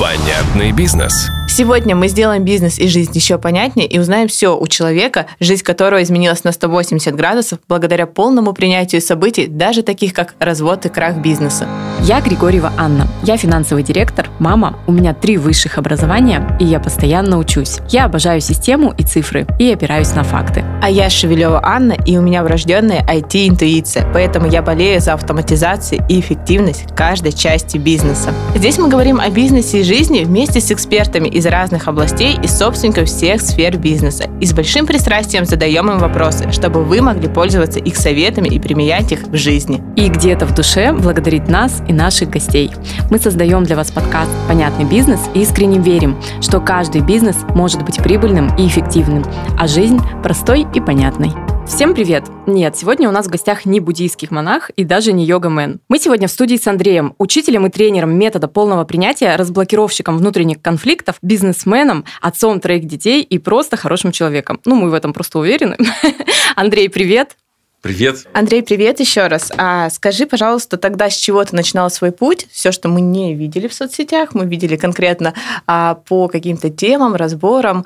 Понятный бизнес. Сегодня мы сделаем бизнес и жизнь еще понятнее и узнаем все у человека, жизнь которого изменилась на 180 градусов благодаря полному принятию событий, даже таких как развод и крах бизнеса. Я Григорьева Анна. Я финансовый директор, мама, у меня 3 высших образования, и я постоянно учусь. Я обожаю систему и цифры, и опираюсь на факты. А я Шевелева Анна, и у меня врожденная IT-интуиция, поэтому я болею за автоматизацию и эффективность каждой части бизнеса. Здесь мы говорим о бизнесе и жизни вместе с экспертами из разных областей и собственников всех сфер бизнеса. И с большим пристрастием задаем им вопросы, чтобы вы могли пользоваться их советами и применять их в жизни. И где-то в душе благодарить нас и наших гостей. Мы создаем для вас подкаст «Понятный бизнес» и искренне верим, что каждый бизнес может быть прибыльным и эффективным, а жизнь простой и понятной. Всем привет! Нет, сегодня у нас в гостях не буддийских монах и даже не йога-мен. Мы сегодня в студии с Андреем, учителем и тренером метода полного принятия, разблокировщиком внутренних конфликтов, бизнесменом, отцом 3 детей и просто хорошим человеком. Мы в этом просто уверены. Андрей, привет! Привет. Андрей, привет еще раз. Скажи, пожалуйста, тогда с чего ты начинал свой путь? Все, что мы не видели в соцсетях, мы видели конкретно по каким-то темам, разборам,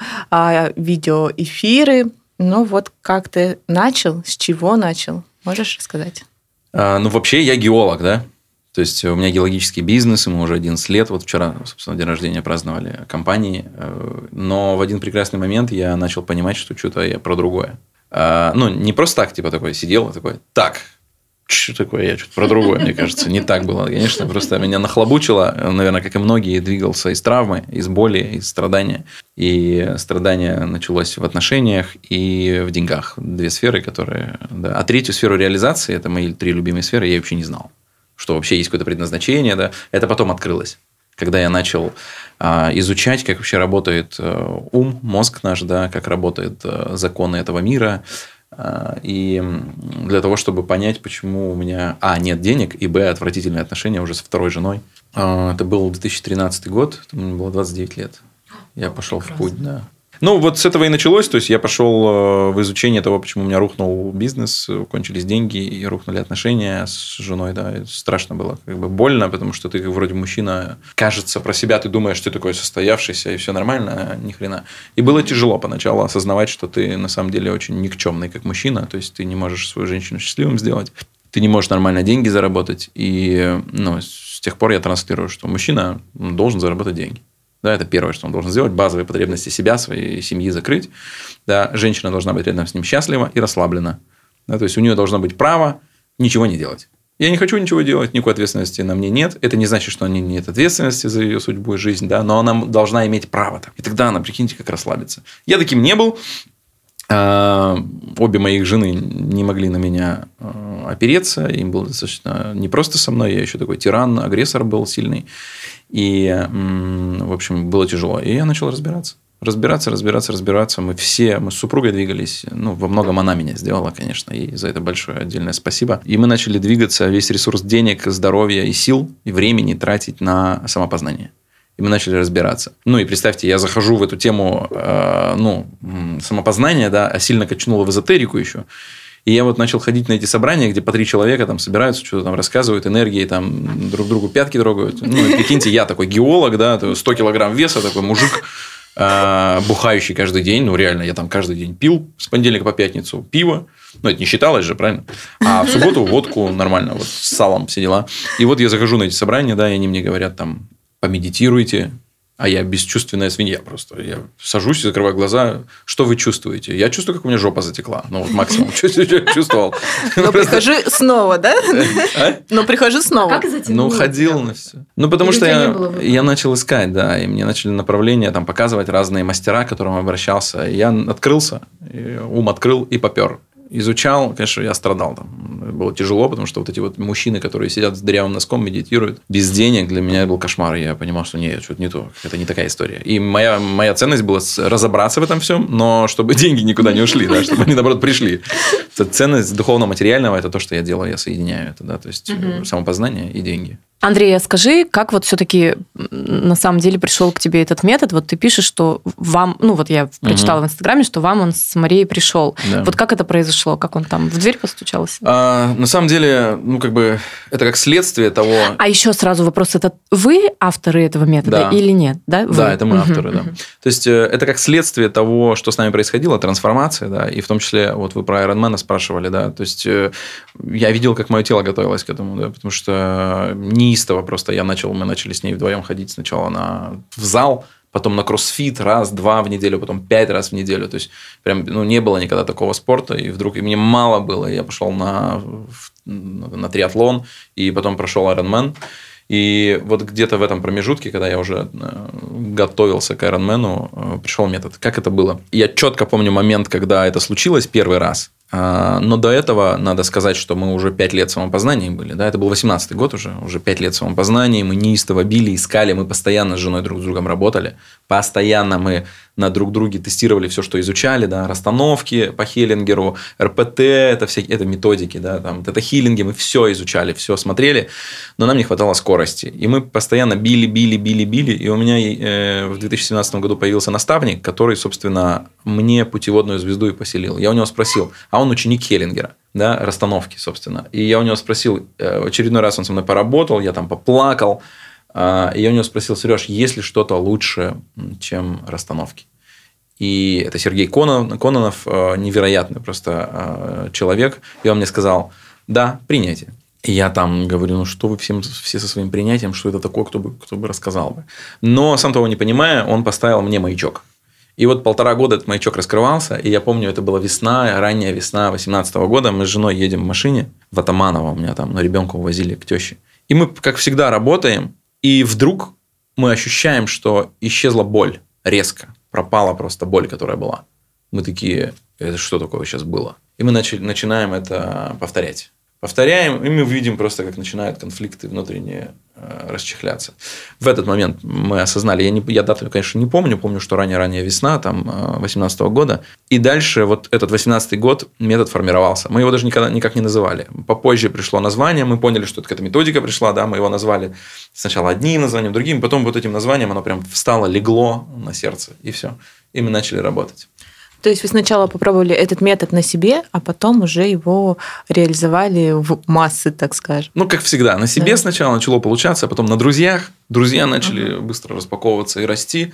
видеоэфиры. Как ты начал, с чего начал? Можешь рассказать? Вообще я геолог, да? То есть у меня геологический бизнес, ему уже 11 лет. Вот вчера, собственно, день рождения праздновали компании. Но в один прекрасный момент я начал понимать, что что-то я про другое. Не просто так, такой сидел, такой, что такое, я что-то про другое, мне кажется. Не так было, конечно. Просто меня нахлобучило, наверное, как и многие, двигался из травмы, из боли, из страдания. И страдание началось в отношениях и в деньгах. 2 сферы, которые... Да. А 3-ю сферу реализации, это мои 3 любимые сферы, я вообще не знал. Что вообще есть какое-то предназначение. Да. Это потом открылось. Когда я начал изучать, как вообще работает ум, мозг наш, да, как работают законы этого мира. И для того, чтобы понять, почему у меня нет денег, и отвратительные отношения уже со 2-й женой. Это был 2013 год, мне было 29 лет. Я пошел в путь, да. С этого и началось. То есть, я пошел в изучение того, почему у меня рухнул бизнес, кончились деньги и рухнули отношения с женой. Да. И страшно было, больно, потому что ты вроде мужчина, кажется, про себя ты думаешь, что ты такой состоявшийся, и все нормально, а ни хрена. И было тяжело поначалу осознавать, что ты на самом деле очень никчемный как мужчина. То есть, ты не можешь свою женщину счастливым сделать, ты не можешь нормально деньги заработать. И с тех пор я транслирую, что мужчина должен заработать деньги. Да, это первое, что он должен сделать. Базовые потребности себя, своей семьи закрыть. Да, женщина должна быть рядом с ним счастлива и расслаблена. Да, то есть, у нее должно быть право ничего не делать. Я не хочу ничего делать, никакой ответственности на мне нет. Это не значит, что у нее нет ответственности за ее судьбу и жизнь, да, но она должна иметь право. И тогда она, прикиньте, как расслабится. Я таким не был. Обе моих жены не могли на меня опереться. Им было достаточно непросто со мной. Я еще такой тиран, агрессор был сильный. И, в общем, было тяжело. И я начал разбираться. Мы с супругой двигались. Во многом она меня сделала, конечно. И за это большое отдельное спасибо. И мы начали двигаться, весь ресурс денег, здоровья и сил, и времени тратить на самопознание. И мы начали разбираться. И представьте, я захожу в эту тему самопознания, да, а сильно качнуло в эзотерику еще. И я начал ходить на эти собрания, где по 3 человека там собираются, что-то там рассказывают, энергии, там друг другу пятки трогают. И прикиньте, я такой геолог, да, 100 килограмм веса, такой мужик, бухающий каждый день. Реально, я там каждый день пил с понедельника по пятницу пиво. Это не считалось же, правильно? А в субботу водку нормально, с салом все дела. И я захожу на эти собрания, да, и они мне говорят там, помедитируйте. А я бесчувственная свинья просто. Я сажусь и закрываю глаза. Что вы чувствуете? Я чувствую, как у меня жопа затекла. Максимум. Чувствовал. Но прихожу снова, да? Но прихожу снова. Как затянуло? Ходил на все. Потому что я начал искать, да. И мне начали направления там показывать разные мастера, к которым обращался. И я открылся, ум открыл и попер. Изучал, конечно, я страдал там. Было тяжело, потому что эти мужчины, которые сидят с дырявым носком, медитируют без денег, для меня был кошмар. Я понимал, что нет, что-то не то. Это не такая история. И моя ценность была разобраться в этом всем, но чтобы деньги никуда не ушли, да, чтобы они, наоборот, пришли. Ценность духовно-материального – это то, что я делаю, я соединяю это. Да, то есть, самопознание и деньги. Андрей, а скажи, как вот все-таки на самом деле пришел к тебе этот метод? Вот ты пишешь, что вам, я прочитала в Инстаграме, что вам он с Марией пришел. Да. Вот как это произошло? Как он там в дверь постучался? На самом деле, это как следствие того... А еще сразу вопрос, это вы авторы этого метода или нет? Да, да, это мы авторы, да. То есть, это как следствие того, что с нами происходило, трансформация, да, и в том числе, вот вы про Ironman спрашивали, да, то есть, я видел, как мое тело готовилось к этому, да, потому что неистово просто мы начали с ней вдвоем ходить сначала в зал, потом на кроссфит раз-два в неделю, потом 5 раз в неделю. То есть, прям не было никогда такого спорта, и вдруг мне мало было. Я пошел на триатлон, и потом прошел Ironman. И вот где-то в этом промежутке, когда я уже готовился к Ironman, пришел метод. Как это было? Я четко помню момент, когда это случилось первый раз. Но до этого надо сказать, что мы уже 5 лет в самопознании были. Да? Это был 18-й год уже 5 лет в самопознании. Мы неистово били, искали, мы постоянно с женой друг с другом работали. Постоянно мы на друг друге тестировали все, что изучали. Да? Расстановки по Хеллингеру, РПТ, это методики, да? Там, тета-хиллинги. Мы все изучали, все смотрели, но нам не хватало скорости. И мы постоянно били. И у меня в 2017 году появился наставник, который, собственно, мне путеводную звезду и поселил. Я у него спросил, он ученик Хеллингера, да, расстановки, собственно. И я у него спросил, в очередной раз он со мной поработал, я там поплакал. И я у него спросил: Сереж, есть ли что-то лучше, чем расстановки? И это Сергей Кононов, невероятный просто человек. И он мне сказал: да, принятие. И я там говорю: что вы все со своим принятием, что это такое, кто бы рассказал бы. Но, сам того не понимая, он поставил мне маячок. И вот 1,5 года этот маячок раскрывался, и я помню, это была ранняя весна 2018 года, мы с женой едем в машине в Атаманово, у меня там ребенка увозили к теще. И мы, как всегда, работаем, и вдруг мы ощущаем, что исчезла боль резко, пропала просто боль, которая была. Мы такие: это что такое сейчас было? И мы начинаем это повторять. Повторяем, и мы видим просто, как начинают конфликты внутренние расчехляться. В этот момент мы осознали, я дату, конечно, не помню, что ранняя весна, там, 2018 года. И дальше вот этот 2018 год метод формировался. Мы его даже никак не называли. Попозже пришло название, мы поняли, что это какая-то методика пришла, да, мы его назвали сначала одним названием, другим, потом вот этим названием оно прям встало, легло на сердце, и все. И мы начали работать. То есть, вы сначала попробовали этот метод на себе, а потом уже его реализовали в массы, так скажем. Как всегда. На себе сначала начало получаться, а потом на друзьях. Друзья начали быстро распаковываться и расти.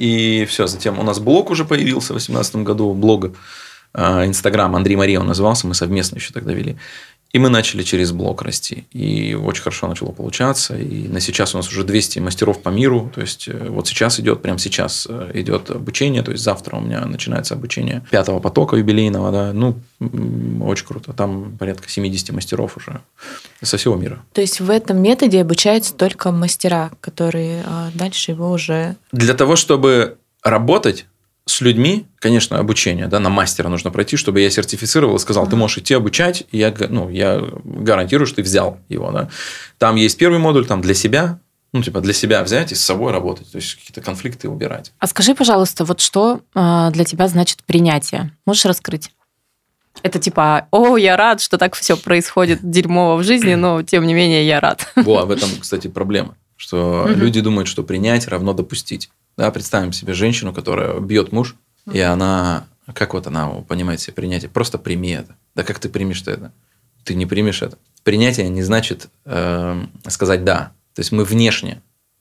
И все. Затем у нас блог уже появился в 2018 году. Блог Инстаграм. Андрей Мария он назывался. Мы совместно еще тогда вели. И мы начали через блог расти. И очень хорошо начало получаться. И на сейчас у нас уже 200 мастеров по миру. То есть, вот прямо сейчас идет обучение. То есть, завтра у меня начинается обучение 5-го потока юбилейного. Да. Очень круто. Там порядка 70 мастеров уже со всего мира. То есть, в этом методе обучаются только мастера, которые дальше его уже... Для того, чтобы работать с людьми, конечно, обучение, да, на мастера нужно пройти, чтобы я сертифицировал и сказал: ты можешь идти обучать, и я гарантирую, что ты взял его. Да. Там есть первый модуль, там для себя, для себя взять и с собой работать, то есть какие-то конфликты убирать. А скажи, пожалуйста, вот что для тебя значит принятие? Можешь раскрыть? Это типа: я рад, что так все происходит дерьмово в жизни, но тем не менее я рад. В этом, кстати, проблема, что люди думают, что принять равно допустить. Да, представим себе женщину, которая бьет муж, и она, как вот она понимает себе принятие? Просто прими это. Да как ты примешь это? Ты не примешь это. Принятие не значит сказать «да». То есть, мы внешне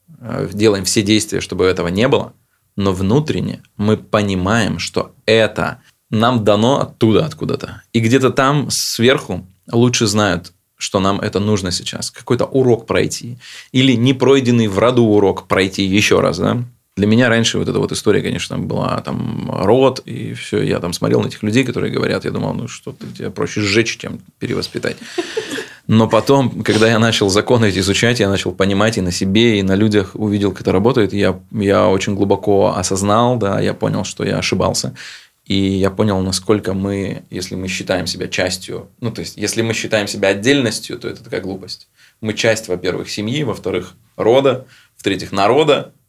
делаем все действия, чтобы этого не было, но внутренне мы понимаем, что это нам дано оттуда, откуда-то. И где-то там сверху лучше знают, что нам это нужно сейчас. Какой-то урок пройти. Или непройденный в роду урок пройти еще раз, да? Для меня раньше вот эта вот история, конечно, была там род, и все. Я там смотрел на этих людей, которые говорят, я думал, тебе проще сжечь, чем перевоспитать. Но потом, когда я начал законы эти изучать, я начал понимать и на себе, и на людях увидел, как это работает. Я очень глубоко осознал, да, я понял, что я ошибался. И я понял, насколько если мы считаем себя частью, то есть, если мы считаем себя отдельностью, то это такая глупость. Мы часть, во-первых, семьи, во-вторых, рода, в-третьих, народа,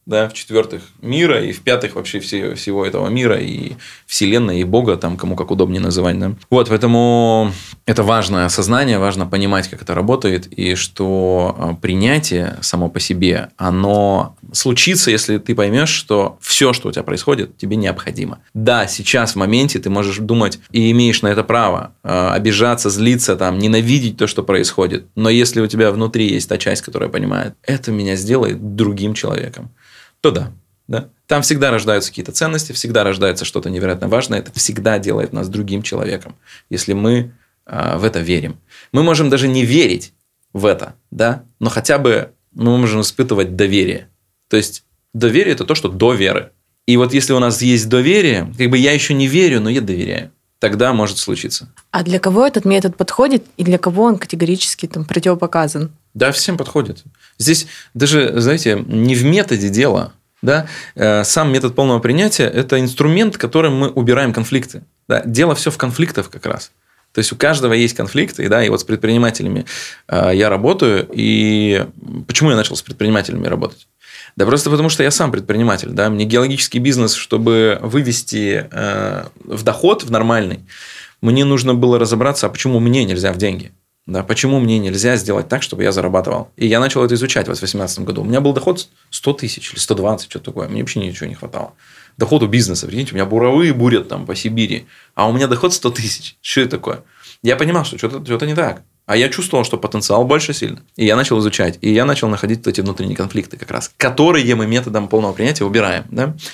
да, в-четвертых, мира, и в-пятых, вообще всего этого мира, и вселенной, и Бога, там, кому как удобнее называть. Да. Вот, поэтому это важное осознание, важно понимать, как это работает, и что принятие само по себе, оно случится, если ты поймешь, что все, что у тебя происходит, тебе необходимо. Да, сейчас в моменте ты можешь думать, и имеешь на это право, обижаться, злиться, там, ненавидеть то, что происходит, но если у тебя внутри есть та часть, которая понимает, это меня сделает другим человеком, то да. Там всегда рождаются какие-то ценности, всегда рождается что-то невероятно важное. Это всегда делает нас другим человеком, если мы в это верим. Мы можем даже не верить в это, да, но хотя бы мы можем испытывать доверие. То есть доверие – это то, что до веры. И вот если у нас есть доверие, как бы я еще не верю, но я доверяю, тогда может случиться. А для кого этот метод подходит и для кого он категорически там противопоказан? Да, всем подходит. Здесь даже, знаете, не в методе дело. Да? Сам метод полного принятия – это инструмент, которым мы убираем конфликты. Да? Дело все в конфликтах как раз. То есть у каждого есть конфликты, да, и вот с предпринимателями я работаю. И почему я начал с предпринимателями работать? Да просто потому, что я сам предприниматель. Да? Мне геологический бизнес, чтобы вывести в доход, в нормальный, мне нужно было разобраться, а почему мне нельзя в деньги. Да, почему мне нельзя сделать так, чтобы я зарабатывал? И я начал это изучать в 2018 году. У меня был доход 100 тысяч или 120, что-то такое. Мне вообще ничего не хватало. Доход у бизнеса. Прикиньте, у меня буровые бурят там по Сибири, а у меня доход 100 тысяч. Что это такое? Я понимал, что что-то не так. А я чувствовал, что потенциал больше сильно. И я начал изучать. И я начал находить вот эти внутренние конфликты как раз, которые мы методом полного принятия убираем.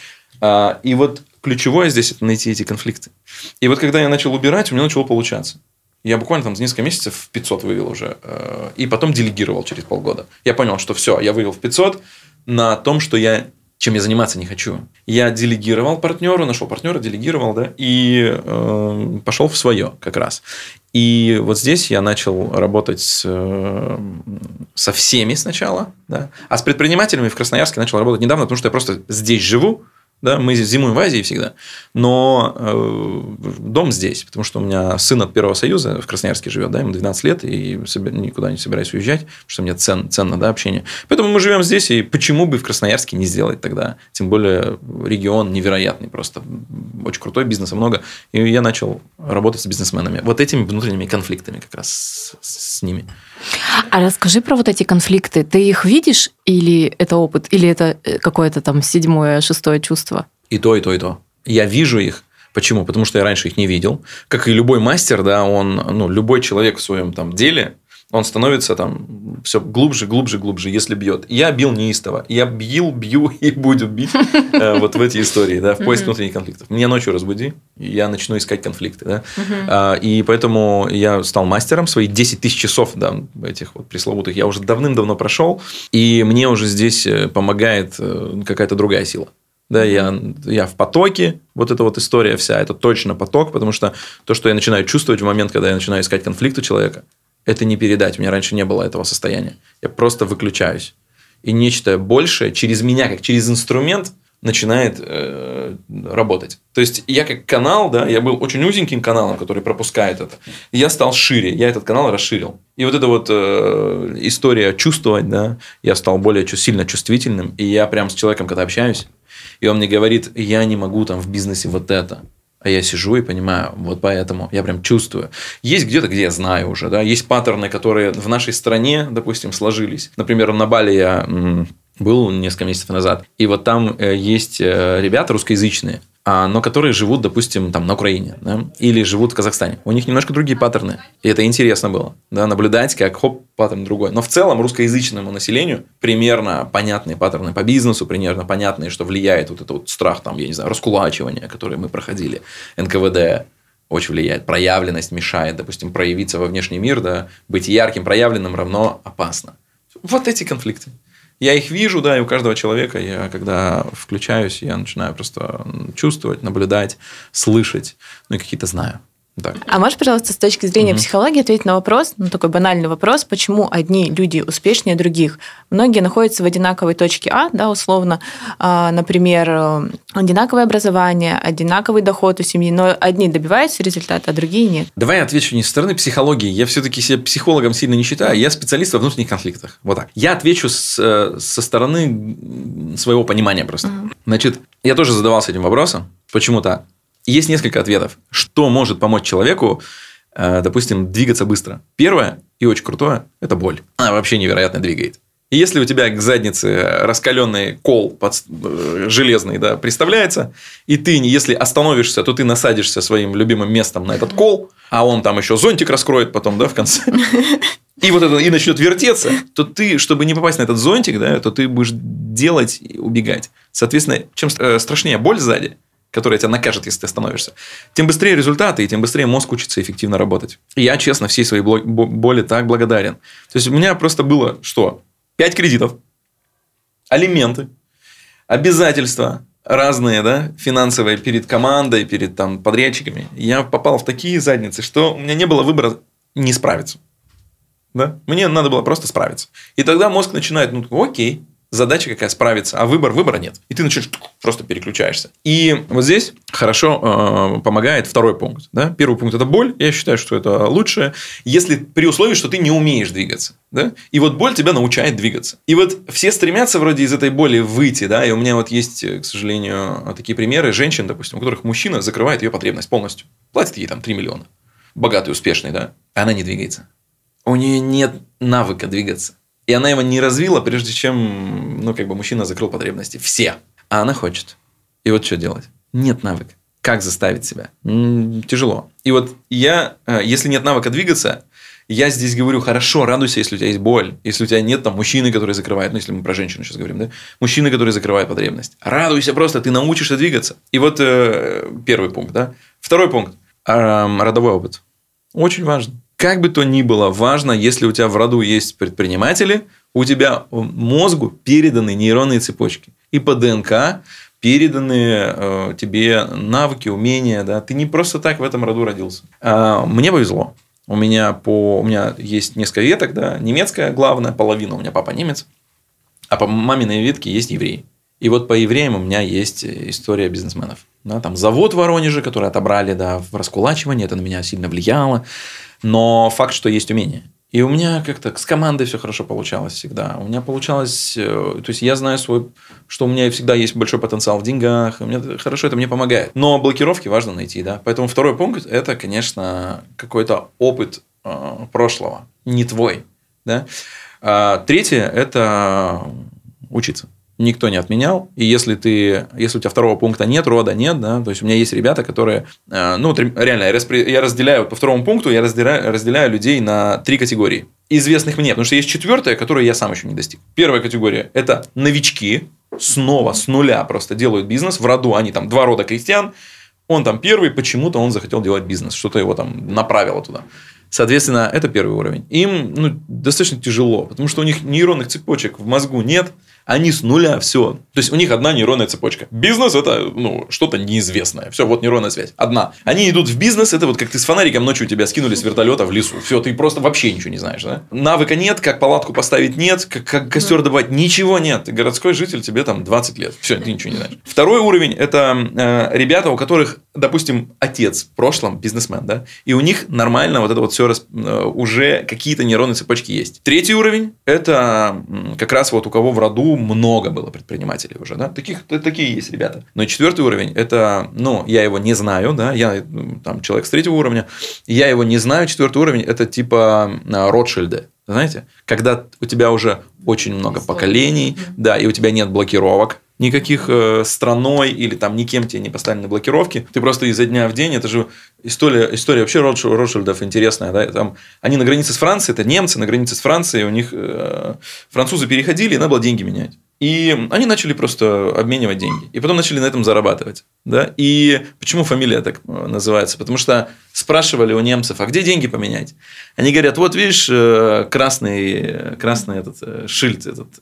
Да? И вот ключевое здесь – это найти эти конфликты. И вот когда я начал убирать, у меня начало получаться. Я буквально там за несколько месяцев в 500 вывел уже. И потом делегировал через полгода. Я понял, что все, я вывел в 500 на том, что чем я заниматься не хочу. Я делегировал партнеру, нашел партнера, делегировал, да, и пошел в свое как раз. И вот здесь я начал работать со всеми сначала, да, а с предпринимателями в Красноярске начал работать недавно, потому что я просто здесь живу. Да, мы зимуем в Азии всегда, но дом здесь, потому что у меня сын от Первого Союза в Красноярске живет, да, ему 12 лет, и никуда не собираюсь уезжать, потому что мне ценно, да, общение. Поэтому мы живем здесь, и почему бы в Красноярске не сделать тогда? Тем более регион невероятный, просто очень крутой, бизнеса много. И я начал работать с бизнесменами. Вот этими внутренними конфликтами как раз с ними. А расскажи про вот эти конфликты. Ты их видишь, или это опыт, или это какое-то там 7-е, 6-е чувство? И то, и то, и то. Я вижу их. Почему? Потому что я раньше их не видел. Как и любой мастер, да, любой человек в своем там деле, он становится там все глубже, если бьет. Я бил неистово. Я бью и буду бить вот в эти истории, да, в поиск внутренних конфликтов. Меня ночью разбуди, и я начну искать конфликты. Да. И поэтому я стал мастером. Свои 10 тысяч часов, да, этих вот пресловутых я уже давным-давно прошел. И мне уже здесь помогает какая-то другая сила. Да, я в потоке, вот эта вот история вся, это точно поток, потому что то, что я начинаю чувствовать в момент, когда я начинаю искать конфликт у человека, это не передать. У меня раньше не было этого состояния. Я просто выключаюсь. И нечто большее через меня, как через инструмент, начинает работать. То есть, я как канал, да, я был очень узеньким каналом, который пропускает это. И я стал шире. Я этот канал расширил. И вот эта вот история чувствовать, да, я стал более сильно чувствительным. И я прям с человеком, когда общаюсь, и он мне говорит, я не могу там в бизнесе вот это. А я сижу и понимаю, вот поэтому я прям чувствую. Есть где-то, где я знаю уже, да, есть паттерны, которые в нашей стране, допустим, сложились. Например, на Бали я был несколько месяцев назад, и вот там есть ребята русскоязычные, но которые живут, допустим, там на Украине, да, или живут в Казахстане. У них немножко другие паттерны. И это интересно было, да, наблюдать, как хоп, паттерн другой. Но в целом русскоязычному населению примерно понятные паттерны по бизнесу, примерно понятные, что влияет вот этот вот страх, там, я не знаю, раскулачивание, которое мы проходили, НКВД очень влияет, проявленность мешает, допустим, проявиться во внешний мир, да, быть ярким, проявленным равно опасно. Вот эти конфликты. Я их вижу, да, и у каждого человека, я когда включаюсь, я начинаю просто чувствовать, наблюдать, слышать, ну и какие-то знаю. Так. А можешь, пожалуйста, с точки зрения психологии ответить на вопрос, такой банальный вопрос, почему одни люди успешнее других? Многие находятся в одинаковой точке А, да, условно, например, одинаковое образование, одинаковый доход у семьи, но одни добиваются результата, а другие нет. Давай я отвечу не со стороны психологии. Я все-таки себя психологом сильно не считаю. Я специалист во внутренних конфликтах. Вот так. Я отвечу со стороны своего понимания просто. Значит, я тоже задавался этим вопросом. Почему так? Есть несколько ответов. Что может помочь человеку, допустим, двигаться быстро? Первое и очень крутое – это боль. Она вообще невероятно двигает. И если у тебя к заднице раскаленный кол железный, да, приставляется, и ты, если остановишься, то ты насадишься своим любимым местом на этот кол, а он там еще зонтик раскроет потом, да, в конце. И вот это и начнет вертеться, то ты, чтобы не попасть на этот зонтик, да, то ты будешь делать и убегать. Соответственно, чем страшнее боль сзади, которая тебя накажет, если ты остановишься, тем быстрее результаты, и тем быстрее мозг учится эффективно работать. И я, честно, всей своей боли так благодарен. То есть, у меня просто было что? 5 кредитов, алименты, обязательства разные, да, финансовые перед командой, перед там, подрядчиками. Я попал в такие задницы, что у меня не было выбора не справиться. Да? Мне надо было просто справиться. И тогда мозг начинает, окей, задача какая справиться, а выбора нет. И ты начинаешь просто переключаешься. И вот здесь хорошо помогает второй пункт. Да? Первый пункт – это боль. Я считаю, что это лучшее, если при условии, что ты не умеешь двигаться. Да? И вот боль тебя научает двигаться. И вот все стремятся вроде из этой боли выйти. Да? И у меня вот есть, к сожалению, такие примеры женщин, допустим, у которых мужчина закрывает ее потребность полностью. Платит ей там 3 миллиона. Богатый, успешный, да? А она не двигается. У нее нет навыка двигаться. И она его не развила, прежде чем мужчина закрыл потребности. Все. А она хочет. И вот что делать? Нет навыка. Как заставить себя? Тяжело. И вот если нет навыка двигаться, я здесь говорю, хорошо, радуйся, если у тебя есть боль. Если у тебя нет там мужчины, которые закрывают. Если мы про женщину сейчас говорим, да? Мужчины, которые закрывают потребность. Радуйся просто, ты научишься двигаться. И вот первый пункт, да? Второй пункт. Родовой опыт. Очень важно. Как бы то ни было важно, если у тебя в роду есть предприниматели, у тебя мозгу переданы нейронные цепочки. И по ДНК переданы тебе навыки, умения. Да? Ты не просто так в этом роду родился. Мне повезло. У меня есть несколько веток. Да? Немецкая главная, половина. У меня папа немец. А по маминой ветке есть евреи. И вот по евреям у меня есть история бизнесменов. Да? Там завод в Воронеже, который отобрали в раскулачивании. Это на меня сильно влияло. Но факт, что есть умение. И у меня как-то с командой все хорошо получалось всегда. У меня получалось... То есть, я знаю что у меня всегда есть большой потенциал в деньгах. Хорошо, это мне помогает. Но блокировки важно найти. Да? Поэтому второй пункт – это, конечно, какой-то опыт прошлого. Не твой. Да? Третье – это учиться. Никто не отменял. И если у тебя второго пункта нет, рода нет, да, то есть у меня есть ребята, которые, реально, я разделяю по второму пункту, я разделяю людей на 3 категории. Известных мне, потому что есть 4-я, которую я сам еще не достиг. Первая категория – это новички, снова с нуля просто делают бизнес. В роду они там 2 рода крестьян, он там первый, почему-то он захотел делать бизнес, что-то его там направило туда. Соответственно, это первый уровень. Им достаточно тяжело, потому что у них нейронных цепочек в мозгу нет. Они с нуля все. То есть, у них одна нейронная цепочка. Бизнес – это что-то неизвестное. Все, вот нейронная связь. Одна. Они идут в бизнес. Это вот как ты с фонариком ночью тебя скинули с вертолета в лесу. Все, ты просто вообще ничего не знаешь. Да? Навыка нет, как палатку поставить нет, как костер добывать. Ничего нет. Ты городской житель, тебе там 20 лет. Все, ты ничего не знаешь. Второй уровень – это ребята, у которых, допустим, отец в прошлом бизнесмен. Да? И у них нормально вот это вот все уже какие-то нейронные цепочки есть. Третий уровень – это как раз вот у кого в роду много было предпринимателей уже, да, такие есть ребята. Но 4-й уровень – это, я его не знаю, да, я там человек с 3-го уровня, я его не знаю. 4-й уровень – это типа Ротшильды, знаете, когда у тебя уже очень много поколений, да, и у тебя нет блокировок никаких страной или там никем тебе не поставлены блокировки. Ты просто изо дня в день, это же история вообще Ротшильдов интересная. Да? Там, они на границе с Францией, это немцы на границе с Францией, у них французы переходили, и надо было деньги менять. И они начали просто обменивать деньги. И потом начали на этом зарабатывать. Да? И почему фамилия так называется? Потому что спрашивали у немцев, а где деньги поменять? Они говорят, вот видишь, красный этот шильд, этот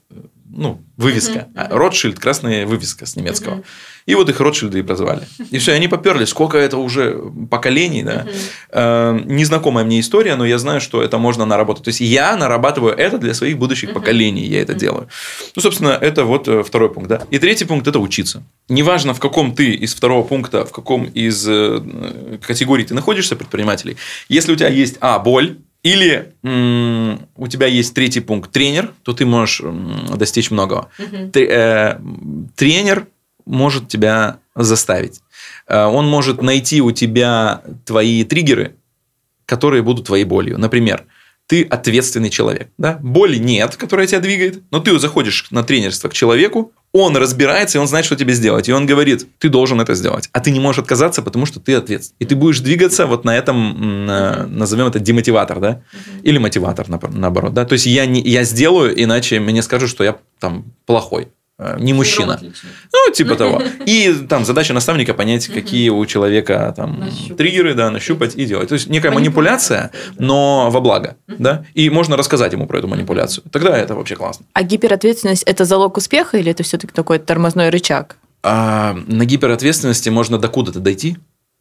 вывеска. Ротшильд – красная вывеска с немецкого. И вот их Ротшильды и прозвали. И все, они поперли. Сколько это уже поколений, да? Незнакомая мне история, но я знаю, что это можно наработать. То есть, я нарабатываю это для своих будущих поколений. Я это делаю. Собственно, это вот второй пункт. Да? И третий пункт – это учиться. Неважно, в каком ты из второго пункта, в каком из категорий ты находишься, предпринимателей. Если у тебя есть боль, или у тебя есть третий пункт – тренер, то ты можешь достичь многого. Тренер может тебя заставить. Он может найти у тебя твои триггеры, которые будут твоей болью. Например, ты ответственный человек. Да? Боли нет, которая тебя двигает, но ты заходишь на тренерство к человеку, он разбирается, и он знает, что тебе сделать. И он говорит, ты должен это сделать. А ты не можешь отказаться, потому что ты ответственный. И ты будешь двигаться вот на этом, назовем это демотиватор, да? Или мотиватор, наоборот. Да? То есть, я сделаю, иначе мне скажут, что я там плохой. Не мужчина. Типа того. И там задача наставника понять, какие у человека там триггеры, да, нащупать и делать. То есть, некая манипуляция, но во благо. Да? И можно рассказать ему про эту манипуляцию. Тогда это вообще классно. А гиперответственность – это залог успеха или это все-таки такой тормозной рычаг? На гиперответственности можно докуда-то дойти.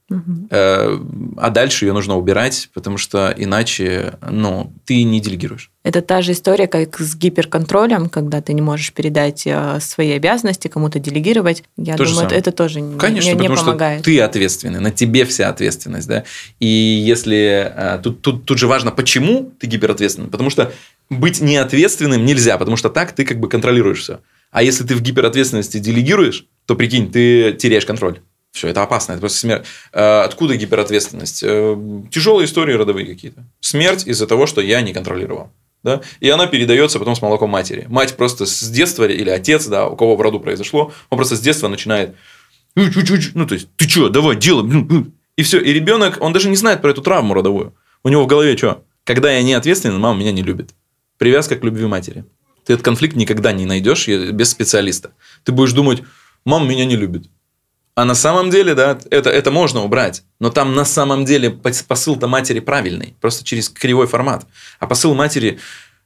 А дальше ее нужно убирать, потому что иначе ты не делегируешь. Это та же история, как с гиперконтролем, когда ты не можешь передать свои обязанности, кому-то делегировать. Я думаю, это тоже не помогает. Что ты ответственный, на тебе вся ответственность. Да? И если тут же важно, почему ты гиперответственный, потому что быть неответственным нельзя, потому что так ты как бы контролируешь все. А если ты в гиперответственности делегируешь, то прикинь, ты теряешь контроль. Все, это опасно, это просто смерть. Откуда гиперответственность? Тяжелые истории родовые какие-то. Смерть из-за того, что я не контролировал. Да? И она передается потом с молоком матери. Мать просто с детства, или отец, да, у кого в роду произошло, он просто с детства начинает то есть, ты что, давай, делай. И все. И ребенок, он даже не знает про эту травму родовую. У него в голове что? Когда я не ответственен, мама меня не любит. Привязка к любви матери. Ты этот конфликт никогда не найдешь без специалиста. Ты будешь думать, мама меня не любит. А на самом деле, да, это можно убрать. Но там на самом деле посыл-то матери правильный. Просто через кривой формат. А посыл матери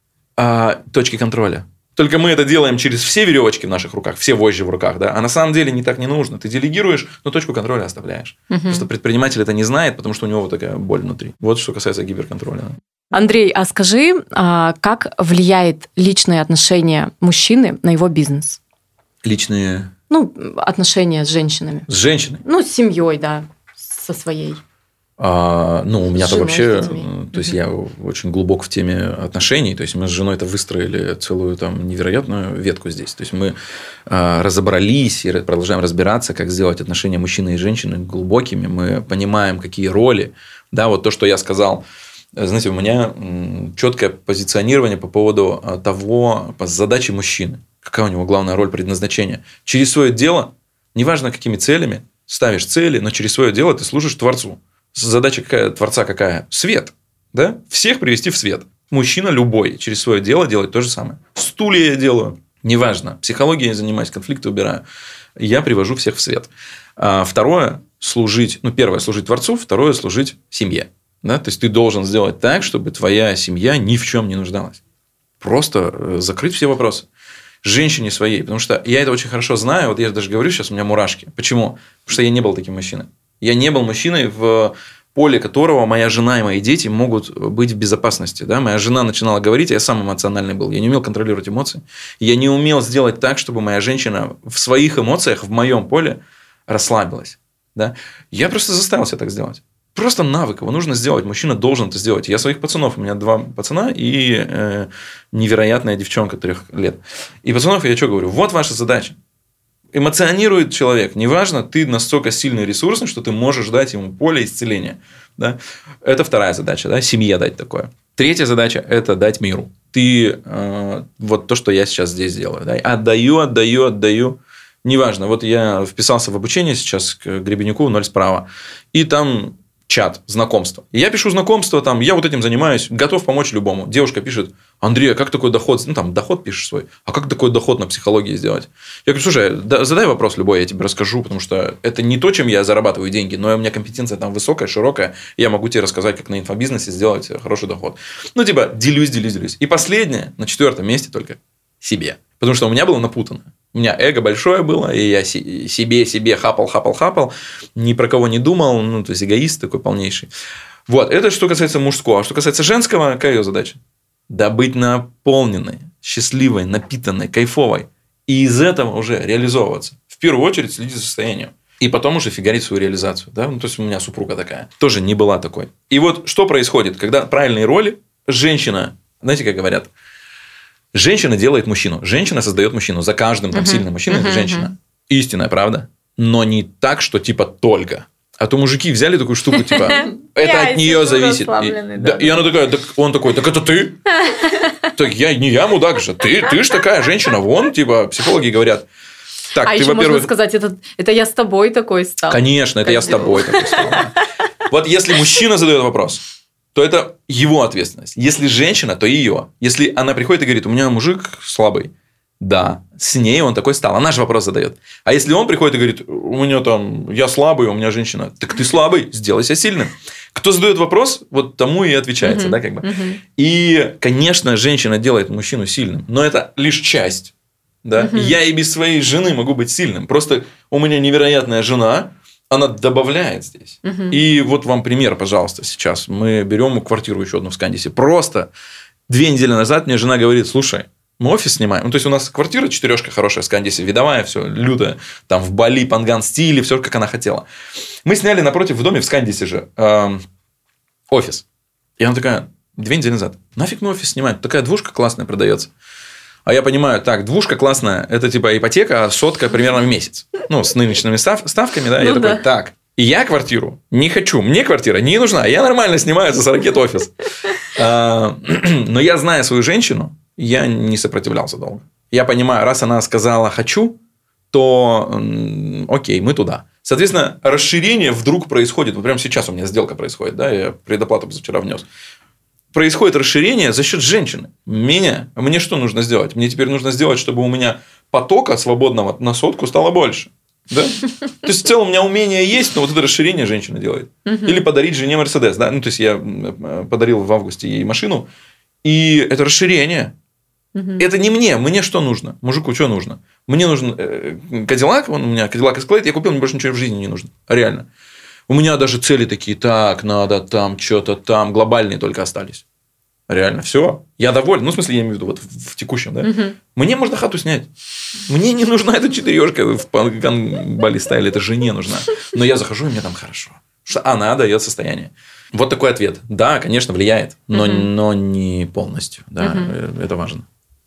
точки контроля. Только мы это делаем через все веревочки в наших руках, все вожжи в руках. Да? А на самом деле не так не нужно. Ты делегируешь, но точку контроля оставляешь. Просто предприниматель это не знает, потому что у него вот такая боль внутри. Вот что касается гиперконтроля. Андрей, а скажи, как влияет личные отношения мужчины на его бизнес? Личные... отношения с женщинами. С женщиной? С семьей, да, со своей. У меня-то вообще... То есть, я очень глубок в теме отношений. То есть, мы с женой это выстроили целую там невероятную ветку здесь. То есть, мы разобрались и продолжаем разбираться, как сделать отношения мужчины и женщины глубокими. Мы понимаем, какие роли. Да, вот то, что я сказал. Знаете, у меня четкое позиционирование по поводу того, по задаче мужчины. Какая у него главная роль, предназначение. Через свое дело, неважно какими целями, ставишь цели, но через свое дело ты служишь Творцу. Задача Творца какая? Свет. Да? Всех привести в свет. Мужчина любой через свое дело делает то же самое. Стулья я делаю. Неважно. Психологией я занимаюсь, конфликты убираю. Я привожу всех в свет. Второе – служить. Первое – служить Творцу. Второе – служить семье. Да? То есть, ты должен сделать так, чтобы твоя семья ни в чем не нуждалась. Просто закрыть все вопросы. Женщине своей. Потому что я это очень хорошо знаю. Вот я даже говорю сейчас, у меня мурашки. Почему? Потому что я не был таким мужчиной. Я не был мужчиной, в поле которого моя жена и мои дети могут быть в безопасности. Да? Моя жена начинала говорить, а я сам эмоциональный был. Я не умел контролировать эмоции. Я не умел сделать так, чтобы моя женщина в своих эмоциях, в моем поле расслабилась. Да? Я просто заставил себя так сделать. Просто навык, его нужно сделать. Мужчина должен это сделать. Я своих пацанов, у меня 2 пацана и невероятная девчонка 3 лет. И пацанов я что говорю? Вот ваша задача. Эмоционирует человек. Неважно, ты настолько сильный ресурсный, что ты можешь дать ему поле исцеления. Да? Это вторая задача. Да? Семье дать такое. Третья задача – это дать миру. Ты вот то, что я сейчас здесь делаю. Да? Отдаю. Неважно. Вот я вписался в обучение сейчас к Гребенюку 0 справа. И там чат, знакомство. И я пишу знакомство, там, я вот этим занимаюсь, готов помочь любому. Девушка пишет: Андрей, а как такой доход? Доход пишешь свой. А как такой доход на психологии сделать? Я говорю: слушай, задай вопрос любой, я тебе расскажу, потому что это не то, чем я зарабатываю деньги, но у меня компетенция там высокая, широкая, я могу тебе рассказать, как на инфобизнесе сделать хороший доход. Делюсь. И последнее, на 4-м месте только себе. Потому что у меня было напутано. У меня эго большое было, и я себе хапал, ни про кого не думал, ну, то есть эгоист такой полнейший. Вот, это что касается мужского. А что касается женского, какая ее задача? Да быть наполненной, счастливой, напитанной, кайфовой. И из этого уже реализовываться. В первую очередь следить за состоянием. И потом уже фигарить свою реализацию. Да? Ну, то есть, у меня супруга такая. Тоже не была такой. И вот что происходит, когда правильные роли, женщина, знаете, как говорят, женщина делает мужчину, женщина создает мужчину. За каждым там, сильным мужчиной это женщина. Истинная правда. Но не так, что типа только. А то мужики взяли такую штуку, типа, это от нее зависит. И она такая, он такой, так это ты? Так не я мудак же, ты ж такая женщина, вон, типа, психологи говорят. Так, а ты, еще можно сказать, это я с тобой такой стал. Конечно, это я с тобой такой стал. Вот если мужчина задает вопрос, то это его ответственность. Если женщина, то ее. Если она приходит и говорит, у меня мужик слабый, да, с ней он такой стал. Она же вопрос задает. А если он приходит и говорит, у меня там, я слабый, у меня женщина, так ты слабый, сделай себя сильным. Кто задает вопрос, вот тому и отвечается, да, как бы. И, конечно, женщина делает мужчину сильным, но это лишь часть. Да? Я и без своей жены могу быть сильным. Просто у меня невероятная жена, она добавляет здесь. И вот вам пример, пожалуйста, сейчас. Мы берем квартиру еще одну в Скандисе. Просто 2 недели назад мне жена говорит, слушай, мы офис снимаем. Ну, то есть, у нас квартира 4-шка хорошая в Скандисе, видовая, все лютая. Там в Бали, Панган стиле, все как она хотела. Мы сняли напротив в доме в Скандисе же офис. И она такая, 2 недели назад, нафиг мы офис снимаем? Такая 2-шка классная продается. А я понимаю, так, 2-шка классная, это типа ипотека, а 100 примерно в месяс. Ну, с нынешними ставками, да. Я такой, так, и я квартиру не хочу, мне квартира не нужна, я нормально снимаю за 40 офис. Но я, зная свою женщину, я не сопротивлялся долго. Я понимаю, раз она сказала «хочу», то окей, мы туда. Соответственно, расширение вдруг происходит. Вот прямо сейчас у меня сделка происходит. Да, я предоплату позавчера внес. Происходит расширение за счет женщины. Мне что нужно сделать? Мне теперь нужно сделать, чтобы у меня потока свободного на 100 стало больше. Да? То есть, в целом, у меня умение есть, но вот это расширение женщина делает. Или подарить жене Мерседес. Да? Ну, то есть, я подарил в августе ей машину. И это расширение. Это не мне что нужно? Мужику что нужно? Мне нужен Кадиллак, у меня Кадиллак Эсклейд, я купил, мне больше ничего в жизни не нужно. Реально. У меня даже цели такие, так, надо там, что-то там, глобальные только остались. Реально, все. Я доволен. Ну, в смысле, я имею в виду вот в текущем, да. Мне можно хату снять. Мне не нужна эта 4-шка в Бали стайле, это жене нужна. Но я захожу, и мне там хорошо. Что она дает состояние. Вот такой ответ. Да, конечно, влияет, но не полностью. Да, это важно.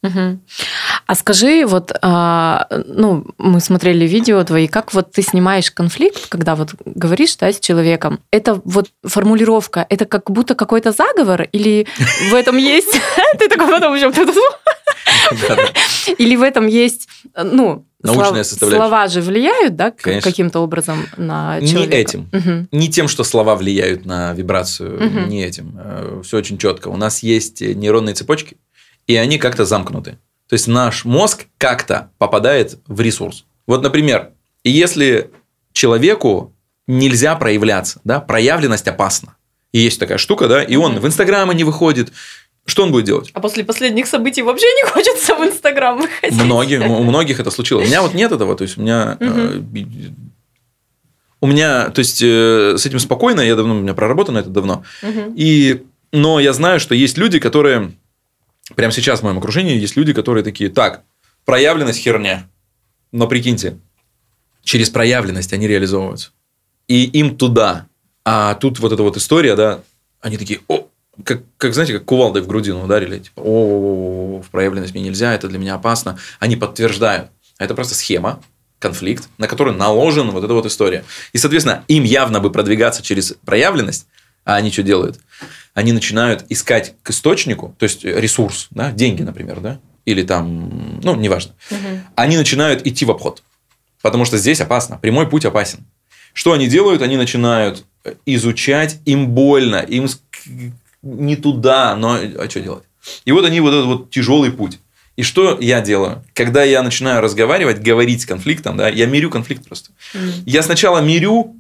А скажи, вот, ну, мы смотрели видео твои, как вот ты снимаешь конфликт, когда вот говоришь, да, с человеком, это вот формулировка, это как будто какой-то заговор, или в этом есть... Ты такой потом еще... Или в этом есть, ну, научная составляющая. Слова же влияют, да, каким-то образом на человека? Не этим. Не тем, что слова влияют на вибрацию, не этим. Все очень четко. У нас есть нейронные цепочки, и они как-то замкнуты. То есть, наш мозг как-то попадает в ресурс. Вот, например, если человеку нельзя проявляться, да, проявленность опасна. И есть такая штука, да, и он в Инстаграм не выходит. Что он будет делать? А после последних событий вообще не хочется в Инстаграм выходить. У многих это случилось. У меня вот нет этого. То есть, у меня, то есть, с этим спокойно. У меня проработано это давно. Но я знаю, что есть люди, которые... Прямо сейчас в моем окружении есть люди, которые такие, так, проявленность херня. Но прикиньте, через проявленность они реализовываются. И им туда. А тут вот эта вот история, да, они такие, как знаете, как кувалдой в грудину ударили. Типа, в проявленность мне нельзя, это для меня опасно. Они подтверждают. А это просто схема, конфликт, на который наложена вот эта вот история. И, соответственно, им явно бы продвигаться через проявленность, а они что делают? Они начинают искать к источнику, то есть ресурс, да, деньги, например, да, или там, ну, неважно. Они начинают идти в обход, потому что здесь опасно, прямой путь опасен. Что они делают? Они начинают изучать, им больно, им не туда, но а что делать? И вот они вот этот вот тяжелый путь. И что я делаю? Когда я начинаю разговаривать, говорить с конфликтом, да, я мирю конфликт просто. Я сначала мирю,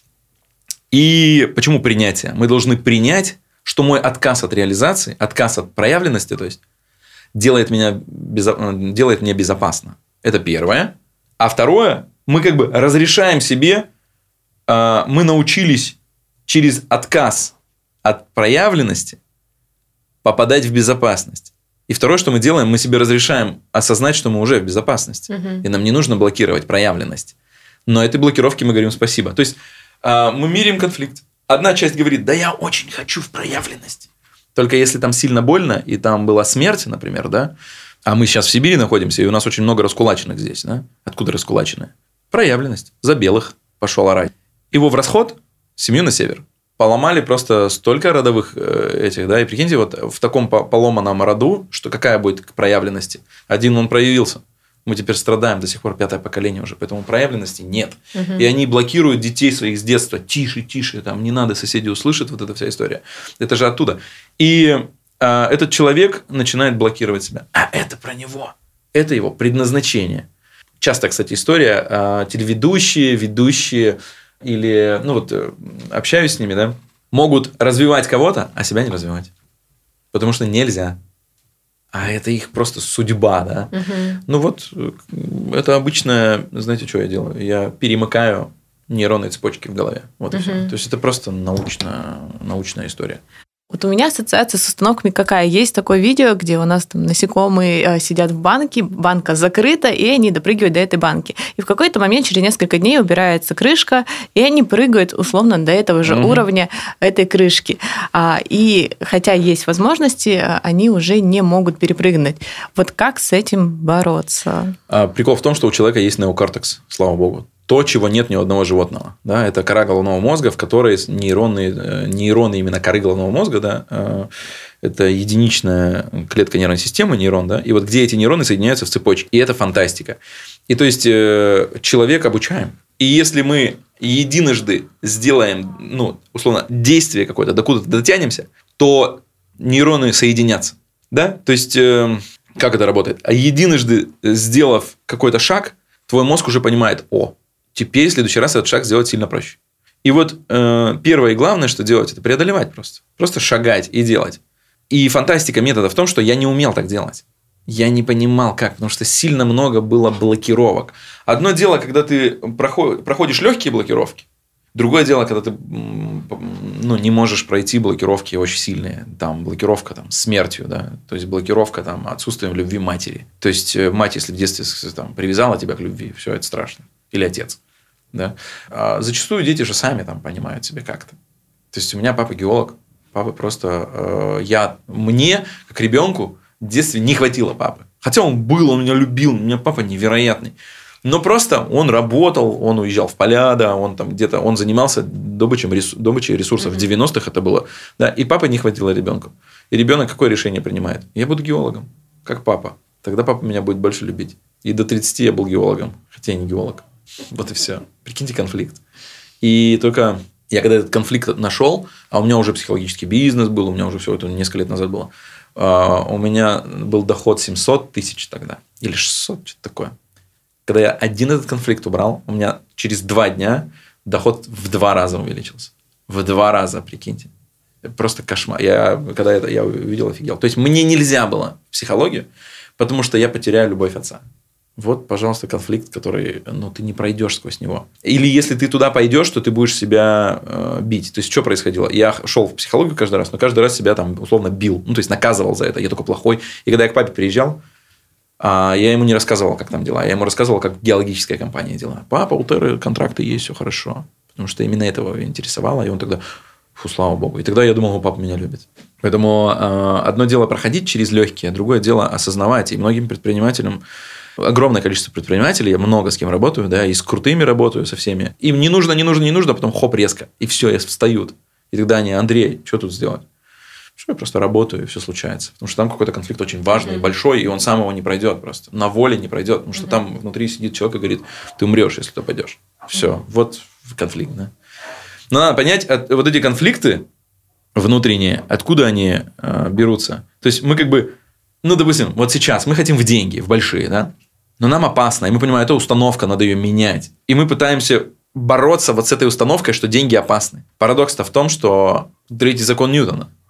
и почему принятие? Мы должны принять, что мой отказ от реализации, отказ от проявленности, то есть, делает мне безопасно. Это первое. А второе, мы как бы разрешаем себе, мы научились через отказ от проявленности попадать в безопасность. И второе, что мы делаем, мы себе разрешаем осознать, что мы уже в безопасности. И нам не нужно блокировать проявленность. Но этой блокировке мы говорим спасибо. То есть, мы мирим конфликт. Одна часть говорит, да я очень хочу в проявленность. Только если там сильно больно, и там была смерть, например, да, а мы сейчас в Сибири находимся, и у нас очень много раскулаченных здесь. Да? Откуда раскулаченные? Проявленность. За белых пошел орать. Его в расход, семью на север. Поломали просто столько родовых этих, да, и прикиньте, вот в таком поломанном роду, что какая будет к проявленности? Один он проявился. Мы теперь страдаем до сих пор, 5-е поколение уже, поэтому проявленности нет. И они блокируют детей своих с детства. Тише, тише, там не надо, соседи услышат, вот эта вся история. Это же оттуда. И этот человек начинает блокировать себя. А это про него. Это его предназначение. Часто, кстати, история, телеведущие, ведущие или, общаюсь с ними, да, могут развивать кого-то, а себя не развивать. Потому что нельзя. А это их просто судьба, да. Это обычно, знаете, что я делаю? Я перемыкаю нейронные цепочки в голове. Вот и все. То есть, это просто научная история. Вот у меня ассоциация с установками какая? Есть такое видео, где у нас там насекомые сидят в банке, банка закрыта, и они допрыгивают до этой банки. И в какой-то момент, через несколько дней, убирается крышка, и они прыгают условно до этого же уровня этой крышки. И хотя есть возможности, они уже не могут перепрыгнуть. Вот как с этим бороться? Прикол в том, что у человека есть неокортекс, слава богу. То, чего нет ни у одного животного. Да? Это кора головного мозга, в которой нейроны именно коры головного мозга, да? Это единичная клетка нервной системы, нейрон, да? И вот где эти нейроны соединяются в цепочке. И это фантастика. И то есть, человек обучаем. И если мы единожды сделаем, условно, действие какое-то, докуда-то дотянемся, то нейроны соединятся. Да? То есть, как это работает? А единожды сделав какой-то шаг, твой мозг уже понимает, теперь в следующий раз этот шаг сделать сильно проще. И вот первое и главное, что делать, это преодолевать просто. Просто шагать и делать. И фантастика метода в том, что я не умел так делать. Я не понимал, как, потому что сильно много было блокировок. Одно дело, когда ты проходишь легкие блокировки. Другое дело, когда ты не можешь пройти блокировки очень сильные. Там блокировка смертью, да? То есть, блокировка отсутствием любви матери. То есть, мать, если в детстве привязала тебя к любви, все это страшно. Или отец. Да? А зачастую дети же сами понимают себя как-то. То есть, у меня папа геолог. Папа просто... Мне, как ребенку, в детстве не хватило папы. Хотя он меня любил. У меня папа невероятный. Но просто он работал, он уезжал в поля, да, он занимался добычей ресурсов. В 90-х это было. Да, и папы не хватило ребенку. И ребенок какое решение принимает? Я буду геологом, как папа. Тогда папа меня будет больше любить. И до 30 я был геологом, хотя я не геолог. Вот и все. Прикиньте конфликт. И только я когда этот конфликт нашел, а у меня уже психологический бизнес был, у меня уже все это несколько лет назад было, у меня был доход 700 тысяч тогда. Или 600, что-то такое. Когда я один этот конфликт убрал, у меня через 2 дня доход в 2 раза увеличился. В 2 раза, прикиньте. Просто кошмар. Когда я увидел, офигел. То есть, мне нельзя было в психологию, потому что я потеряю любовь отца. Вот, пожалуйста, конфликт, который ты не пройдешь сквозь него. Или если ты туда пойдешь, то ты будешь себя бить. То есть, что происходило? Я шел в психологию каждый раз, но каждый раз себя условно бил. То есть, наказывал за это. Я такой плохой. И когда я к папе приезжал, я ему не рассказывал, как там дела. Я ему рассказывал, как геологическая компания дела. Папа, у Терры контракты есть, все хорошо. Потому что именно этого интересовало. И он тогда, слава богу. И тогда я думал, папа меня любит. Поэтому одно дело проходить через легкие, другое дело осознавать. И многим предпринимателям, огромное количество предпринимателей, я много с кем работаю, да, и с крутыми работаю, со всеми. Им не нужно, а потом хоп, резко. И все, и встают. И тогда они, Андрей, что тут сделать? Что я просто работаю, и все случается. Потому что там какой-то конфликт очень важный и большой, и он сам его не пройдет просто. На воле не пройдет. Потому что там внутри сидит человек и говорит, ты умрешь, если ты пойдешь. Все, вот конфликт. Да? Но надо понять, вот эти конфликты внутренние, откуда они берутся. То есть, мы допустим, вот сейчас мы хотим в деньги, в большие, да? Но нам опасно, и мы понимаем, это установка, надо ее менять. И мы пытаемся бороться вот с этой установкой, что деньги опасны. Парадокс-то в том, что 3-й закон Ньютона.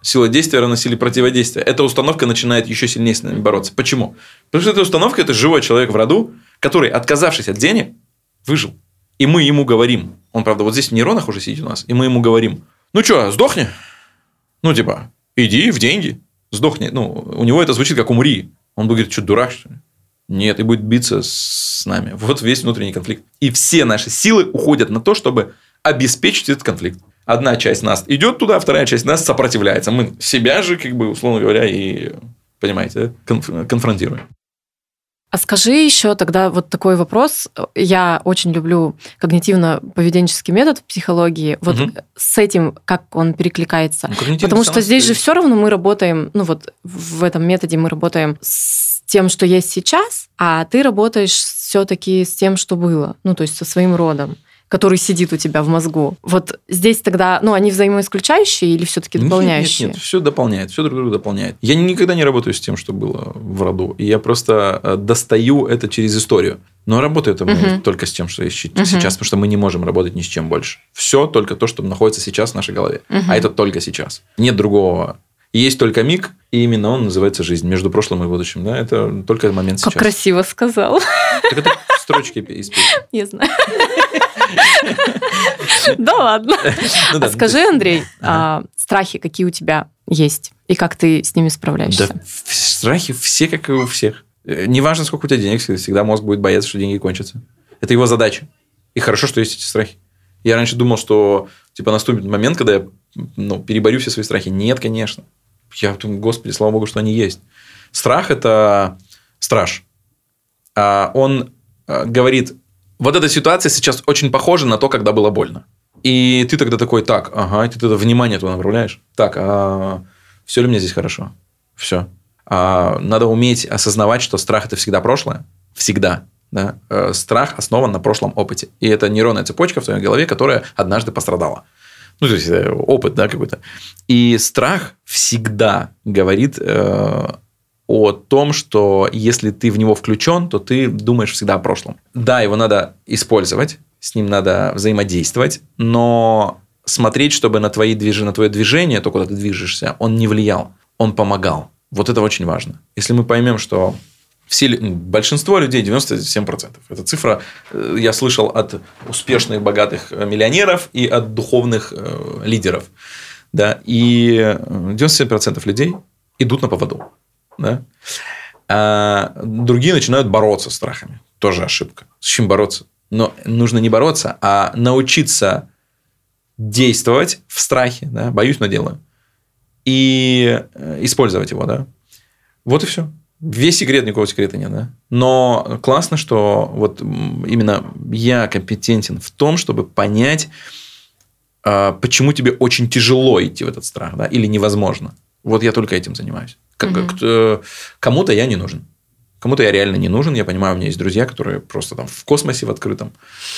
Сила действия равна силе противодействия. Эта установка начинает еще сильнее с нами бороться. Почему? Потому что эта установка – это живой человек в роду, который, отказавшись от денег, выжил. И мы ему говорим. Он, правда, вот здесь в нейронах уже сидит у нас. И мы ему говорим: ну что, сдохни? Ну, типа, иди в деньги, сдохни. Ну, у него это звучит как умри. Он будет говорить: что, дурак, что ли? Нет, и будет биться с нами. Вот весь внутренний конфликт. И все наши силы уходят на то, чтобы обеспечить этот конфликт. Одна часть нас идет туда, вторая часть нас сопротивляется. Мы себя же, как бы, условно говоря, и, понимаете, конфронтируем. А скажи еще тогда вот такой вопрос. Я очень люблю когнитивно-поведенческий метод в психологии. Вот с этим как он перекликается? Потому что здесь же все равно мы работаем, ну вот в этом методе мы работаем с тем, что есть сейчас, а ты работаешь все-таки с тем, что было, ну то есть со своим родом, который сидит у тебя в мозгу. Вот здесь тогда, ну, они взаимоисключающие или все-таки дополняющие? Нет, все дополняет, все друг друга дополняет. Я никогда не работаю с тем, что было в роду. И я просто достаю это через историю. Но работаю это только с тем, что есть сейчас, потому что мы не можем работать ни с чем больше. Все только то, что находится сейчас в нашей голове. А это только сейчас. Нет другого. Есть только миг, и именно он называется жизнь. Между прошлым и будущим. Да? Это только момент сейчас. Как красиво сказал. Так это строчки из песни. Я знаю. Да ладно. Скажи, Андрей, страхи какие у тебя есть? И как ты с ними справляешься? Да, страхи все, как и у всех. Неважно, сколько у тебя денег, всегда мозг будет бояться, что деньги кончатся. Это его задача. И хорошо, что есть эти страхи. Я раньше думал, что типа наступит момент, когда я переборю все свои страхи. Нет, конечно. Я думаю: Господи, слава Богу, что они есть. Страх – это страж. Он говорит: вот эта ситуация сейчас очень похожа на то, когда было больно. И ты тогда такой: так, ага, ты тогда внимание туда направляешь. Так, все ли мне здесь хорошо? Все. Надо уметь осознавать, что страх – это всегда прошлое. Всегда. Да? Страх основан на прошлом опыте. И это нейронная цепочка в твоей голове, которая однажды пострадала. Ну, то есть, опыт, да, какой-то. И страх всегда говорит о том, что если ты в него включен, то ты думаешь всегда о прошлом. Да, его надо использовать, с ним надо взаимодействовать, но смотреть, чтобы на твое движение, то, куда ты движешься, он не влиял, он помогал. Вот это очень важно. Если мы поймем, что большинство людей, 97%, эта цифра я слышал от успешных, богатых миллионеров и от духовных лидеров. Да, и 97% людей идут на поводу. Да? А другие начинают бороться с страхами. Тоже ошибка. С чем бороться? Но нужно не бороться, а научиться действовать в страхе. Да? Боюсь, но делаю. И использовать его. Да? Вот и все. Весь секрет, никакого секрета нет. Да? Но классно, что вот именно я компетентен в том, чтобы понять, почему тебе очень тяжело идти в этот страх. Да? Или невозможно. Вот я только этим занимаюсь. Кому-то я не нужен. Кому-то я реально не нужен. Я понимаю, у меня есть друзья, которые просто там в космосе в открытом.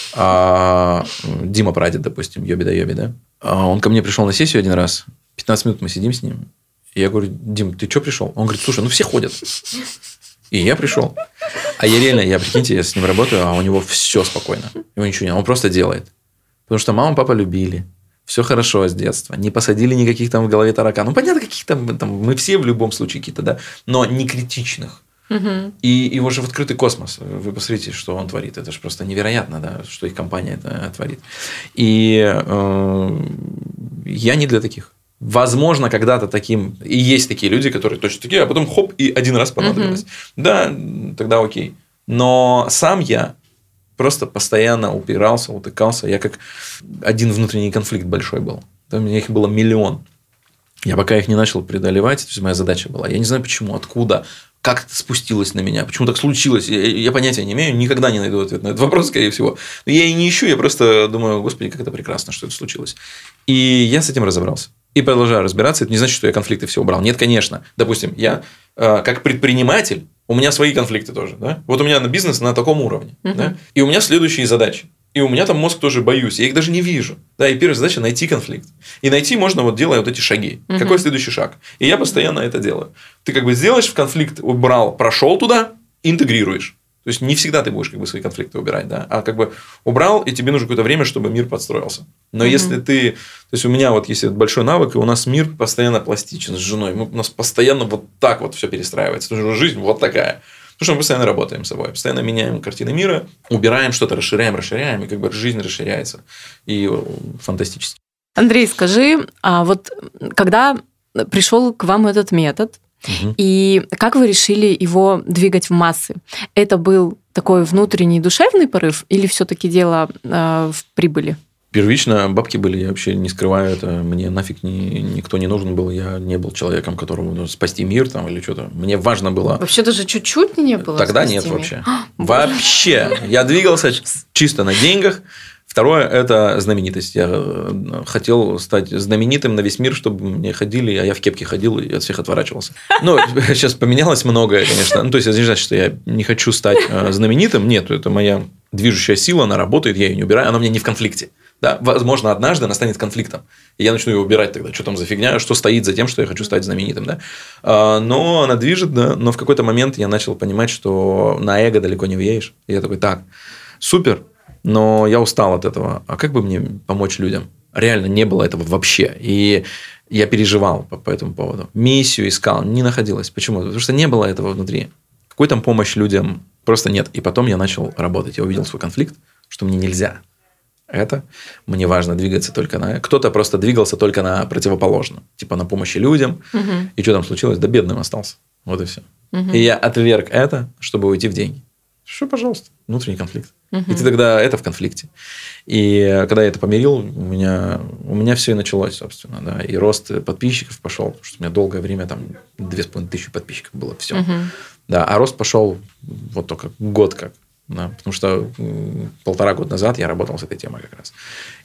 Дима Прадед, допустим, Йоби да Йоби, да? Он ко мне пришел на сессию один раз. 15 минут мы сидим с ним. И я говорю: Дим, ты что пришел? Он говорит: слушай, все ходят. И я пришел. А я реально, прикиньте, я с ним работаю, а у него все спокойно. Его ничего нет. Он просто делает. Потому что мама, папа любили. Все хорошо с детства. Не посадили никаких там в голове таракан. Ну, понятно, каких там мы все в любом случае какие-то, да. Но не критичных. И его же в открытый космос. Вы посмотрите, что он творит. Это же просто невероятно, да, что их компания это творит. И я не для таких. Возможно, когда-то таким... И есть такие люди, которые точно такие, а потом хоп, и один раз понадобилось. Да, тогда окей. Но сам я просто постоянно упирался, утыкался. Я как один внутренний конфликт большой был. У меня их было миллион. Я пока их не начал преодолевать, то есть моя задача была. Я не знаю почему, откуда, как это спустилось на меня, почему так случилось. Я понятия не имею, никогда не найду ответ на этот вопрос, скорее всего. Но я и не ищу, я просто думаю: Господи, как это прекрасно, что это случилось. И я с этим разобрался. И продолжаю разбираться. Это не значит, что я конфликты все убрал. Нет, конечно. Допустим, я как предприниматель, у меня свои конфликты тоже. Да? Вот у меня бизнес на таком уровне. Да? И у меня следующие задачи. И у меня там мозг тоже боюсь. Я их даже не вижу. Да? И первая задача – найти конфликт. И найти можно, вот делая вот эти шаги. Какой следующий шаг? И я постоянно это делаю. Ты как бы сделаешь в конфликт, убрал, прошел туда, интегрируешь. То То есть не всегда ты будешь как бы свои конфликты убирать, да, а как бы убрал, и тебе нужно какое-то время, чтобы мир подстроился. Но если ты... То есть у меня вот есть большой навык, и у нас мир постоянно пластичен с женой. У нас постоянно вот так вот все перестраивается. Потому что жизнь вот такая. Потому что мы постоянно работаем с собой, постоянно меняем картины мира, убираем что-то, расширяем, и как бы жизнь расширяется. И фантастически. Андрей, скажи, а вот когда пришел к вам этот метод, и как вы решили его двигать в массы? Это был такой внутренний душевный порыв или все-таки дело в прибыли? Первично бабки были, я вообще не скрываю это. Мне нафиг никто не нужен был. Я не был человеком, которому нужно спасти мир там, или что-то. Мне важно было... Вообще даже чуть-чуть не было? Тогда нет вообще. Вообще. Я двигался чисто на деньгах. Второе – это знаменитость. Я хотел стать знаменитым на весь мир, чтобы мне ходили, а я в кепке ходил и от всех отворачивался. Ну, сейчас поменялось многое, конечно. Ну, то есть, это не значит, что я не хочу стать знаменитым. Нет, это моя движущая сила, она работает, я ее не убираю, она у меня не в конфликте. Да, возможно, однажды она станет конфликтом. И я начну ее убирать тогда. Что там за фигня, что стоит за тем, что я хочу стать знаменитым. Да? Но она движет, да, но в какой-то момент я начал понимать, что на эго далеко не въедешь. И я такой, так, супер. Но я устал от этого. А как бы мне помочь людям? Реально не было этого вообще. И я переживал по этому поводу. Миссию искал, не находилось. Почему? Потому что не было этого внутри. Какой там помощь людям? Просто нет. И потом я начал работать. Я увидел свой конфликт, что мне нельзя. Это мне важно двигаться только на... Кто-то просто двигался только на противоположном. Типа на помощи людям. И что там случилось? Да бедным остался. Вот и все. И я отверг это, чтобы уйти в деньги. Что, пожалуйста, внутренний конфликт. И ты тогда это в конфликте. И когда я это помирил, у меня все и началось, собственно. Да, и рост подписчиков пошел, потому что у меня долгое время там 2500 подписчиков было. Все. Да, а рост пошел вот только год как. Да, потому что 1,5 года назад я работал с этой темой как раз.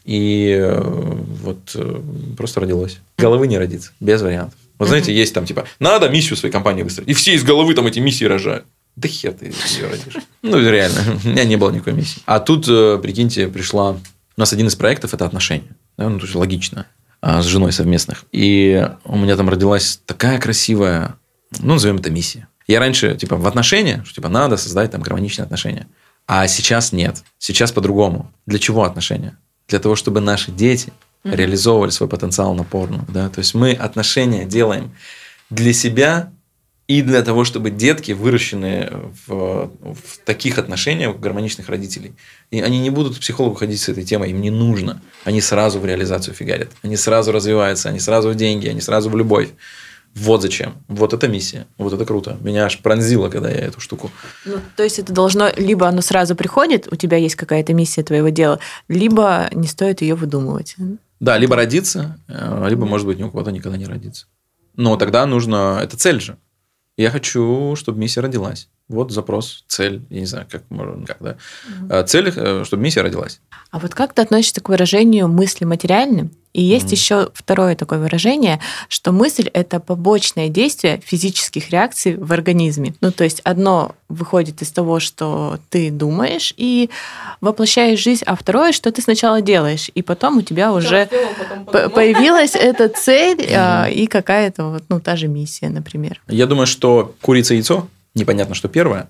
И вот просто родилось. Головы не родится, без вариантов. Вот знаете, есть там типа, надо миссию своей компании выстроить. И все из головы там эти миссии рожают. Да хер ты ее родишь. Ну, реально, у меня не было никакой миссии. А тут, прикиньте, пришла... У нас один из проектов – это отношения. Да? Ну, то есть, логично. С женой совместных. И у меня там родилась такая красивая, ну, назовем это миссия. Я раньше, типа, в отношениях, что, типа, надо создать там гармоничные отношения. А сейчас нет. Сейчас по-другому. Для чего отношения? Для того, чтобы наши дети реализовывали свой потенциал на порно. Да? То есть, мы отношения делаем для себя и для того, чтобы детки, выращенные в таких отношениях, гармоничных родителей, и они не будут к психологу ходить с этой темой, им не нужно. Они сразу в реализацию фигарят. Они сразу развиваются, они сразу в деньги, они сразу в любовь. Вот зачем. Вот это миссия. Вот это круто. Меня аж пронзило, когда я эту штуку... Ну, то есть, это должно... Либо оно сразу приходит, у тебя есть какая-то миссия твоего дела, либо не стоит ее выдумывать. Да, либо родиться, либо, может быть, ни у кого-то никогда не родиться. Но тогда нужно... Это цель же. Я хочу, чтобы миссия родилась. Вот запрос, цель, я не знаю, как да. Цель, чтобы миссия родилась. А вот как ты относишься к выражению «мысли материальны»? И есть еще второе такое выражение, что мысль – это побочное действие физических реакций в организме. Ну, то есть, одно выходит из того, что ты думаешь и воплощаешь жизнь, а второе, что ты сначала делаешь, и потом у тебя уже появилась эта цель и какая-то вот, ну, та же миссия, например. Я думаю, что курица и яйцо, непонятно, что первое,